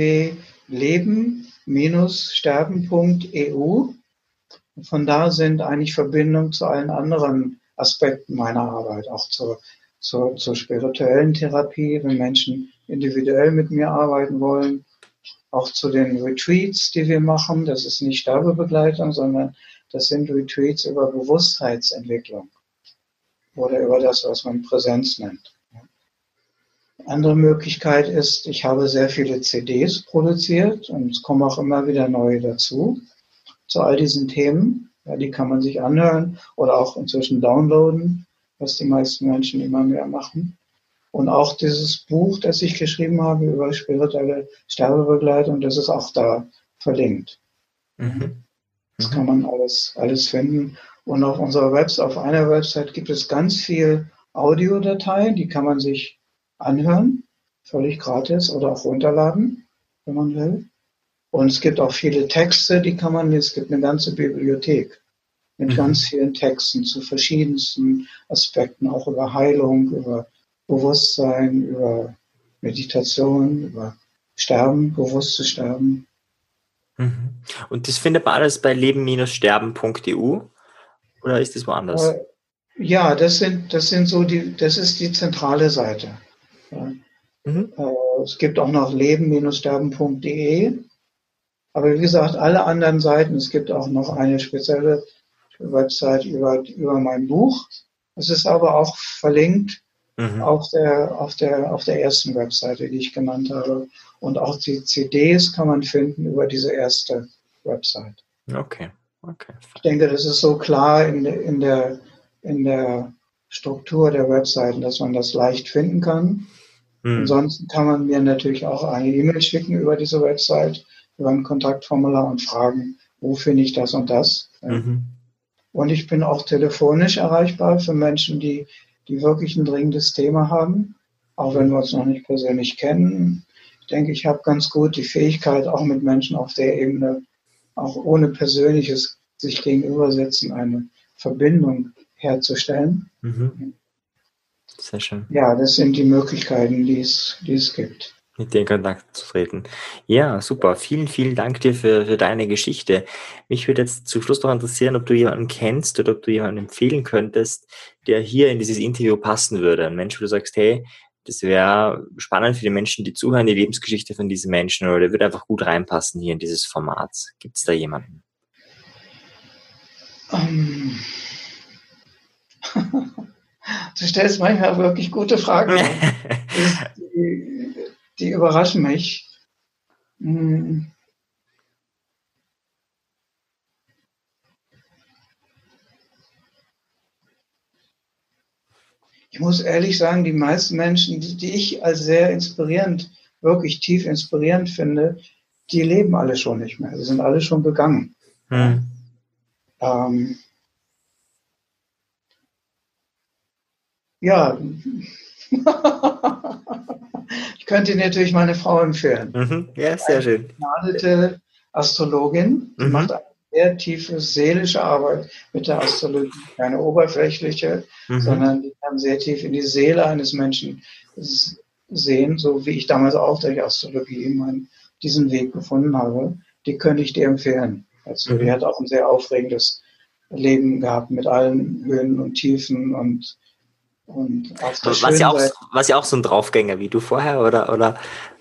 www.leben-sterben.eu. Von da sind eigentlich Verbindungen zu allen anderen Aspekten meiner Arbeit, auch zur spirituellen Therapie, wenn Menschen individuell mit mir arbeiten wollen, auch zu den Retreats, die wir machen. Das ist nicht Sterbebegleitung, sondern das sind Retreats über Bewusstheitsentwicklung oder über das, was man Präsenz nennt. Andere Möglichkeit ist, ich habe sehr viele CDs produziert und es kommen auch immer wieder neue dazu zu all diesen Themen. Ja, die kann man sich anhören oder auch inzwischen downloaden, was die meisten Menschen immer mehr machen. Und auch dieses Buch, das ich geschrieben habe über spirituelle Sterbebegleitung, das ist auch da verlinkt. Das kann man alles finden. Und auf einer Website gibt es ganz viel Audiodateien, die kann man sich anhören, völlig gratis oder auch runterladen, wenn man will. Und es gibt auch viele Texte, es gibt eine ganze Bibliothek mit ganz vielen Texten zu verschiedensten Aspekten, auch über Heilung, über Bewusstsein, über Meditation, über Sterben, bewusst zu sterben. Und das findet man alles bei leben-sterben.eu oder ist das woanders? Ja, das ist die zentrale Seite. Ja. Es gibt auch noch leben-sterben.de. Aber wie gesagt, alle anderen Seiten, es gibt auch noch eine spezielle Website über mein Buch. Es ist aber auch verlinkt auf der ersten Webseite, die ich genannt habe. Und auch die CDs kann man finden über diese erste Website. Okay. Ich denke, das ist so klar in der Struktur der Webseiten, dass man das leicht finden kann. Ansonsten kann man mir natürlich auch eine E-Mail schicken über diese Website, über ein Kontaktformular und fragen, wo finde ich das und das. Und ich bin auch telefonisch erreichbar für Menschen, die wirklich ein dringendes Thema haben, auch wenn wir uns noch nicht persönlich kennen. Ich denke, ich habe ganz gut die Fähigkeit, auch mit Menschen auf der Ebene, auch ohne persönliches sich gegenübersetzen, eine Verbindung herzustellen. Sehr schön. Ja, das sind die Möglichkeiten, die es gibt. mit dir in Kontakt zu treten. Ja, super. Vielen, vielen Dank dir für deine Geschichte. Mich würde jetzt zum Schluss noch interessieren, ob du jemanden kennst oder ob du jemanden empfehlen könntest, der hier in dieses Interview passen würde. Ein Mensch, wo du sagst, hey, das wäre spannend für die Menschen, die zuhören, die Lebensgeschichte von diesen Menschen, oder der würde einfach gut reinpassen hier in dieses Format. Gibt es da jemanden? Du stellst manchmal wirklich gute Fragen. Die überraschen mich. Ich muss ehrlich sagen, die meisten Menschen, die ich als sehr inspirierend, wirklich tief inspirierend finde, die leben alle schon nicht mehr. Sie sind alle schon gegangen. Ja, ich könnte natürlich meine Frau empfehlen. Ja, sehr schön. Eine begnadete Astrologin, die macht eine sehr tiefe seelische Arbeit mit der Astrologie, keine oberflächliche, sondern die kann sehr tief in die Seele eines Menschen sehen, so wie ich damals auch durch Astrologie diesen Weg gefunden habe. Die könnte ich dir empfehlen. Also die hat auch ein sehr aufregendes Leben gehabt mit allen Höhen und Tiefen und auf der schönen Seite. Was ja auch so ein Draufgänger wie du vorher, oder?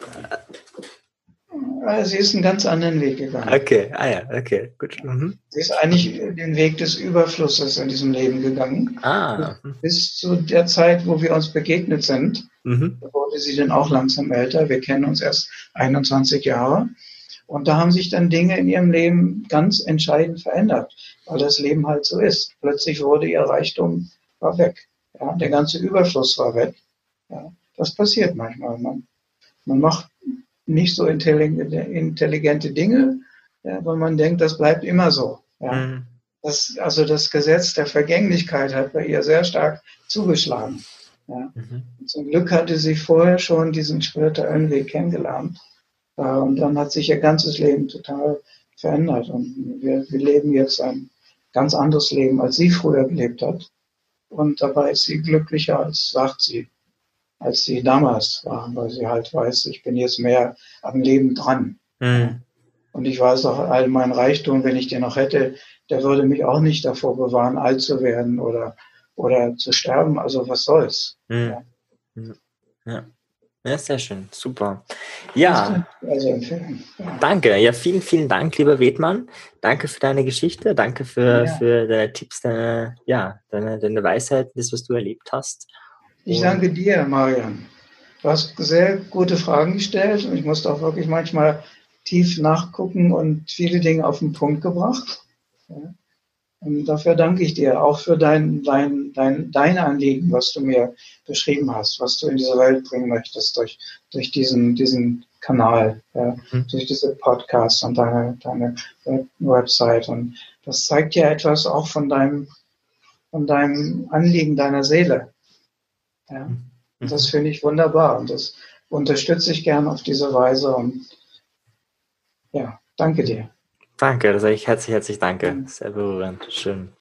Sie ist einen ganz anderen Weg gegangen. Okay, okay, gut. Sie ist eigentlich den Weg des Überflusses in diesem Leben gegangen. Bis zu der Zeit, wo wir uns begegnet sind. Da wurde sie dann auch langsam älter. Wir kennen uns erst 21 Jahre. Und da haben sich dann Dinge in ihrem Leben ganz entscheidend verändert, weil das Leben halt so ist. Plötzlich wurde ihr Reichtum war weg. Ja, der ganze Überfluss war weg. Ja, das passiert manchmal. Man macht nicht so intelligente Dinge, ja, weil man denkt, das bleibt immer so. Ja. Das Gesetz der Vergänglichkeit hat bei ihr sehr stark zugeschlagen. Ja. Zum Glück hatte sie vorher schon diesen spirituellen Weg kennengelernt. Und dann hat sich ihr ganzes Leben total verändert. Und wir leben jetzt ein ganz anderes Leben, als sie früher gelebt hat. Und dabei ist sie glücklicher, sagt sie, als sie damals war, weil sie halt weiß, ich bin jetzt mehr am Leben dran. Und ich weiß auch, all mein Reichtum, wenn ich den noch hätte, der würde mich auch nicht davor bewahren, alt zu werden oder zu sterben. Also was soll's? Ja, sehr schön. Super. Ja. Also empfehlen. Ja. Danke. Ja, vielen, vielen Dank, lieber Wedmann. Danke für deine Geschichte. Danke für deine Tipps, deine Weisheiten, das, was du erlebt hast. Ich danke dir, Marian. Du hast sehr gute Fragen gestellt und ich musste auch wirklich manchmal tief nachgucken und viele Dinge auf den Punkt gebracht. Ja. Und dafür danke ich dir, auch für dein Anliegen, was du mir beschrieben hast, was du in diese Welt bringen möchtest durch diesen Kanal, durch diese Podcasts und deine Website. Und das zeigt ja etwas auch von deinem Anliegen deiner Seele. Ja. Und das finde ich wunderbar und das unterstütze ich gern auf diese Weise und ja, danke dir. Danke, das sage ich herzlich danke. Sehr berührend, schön.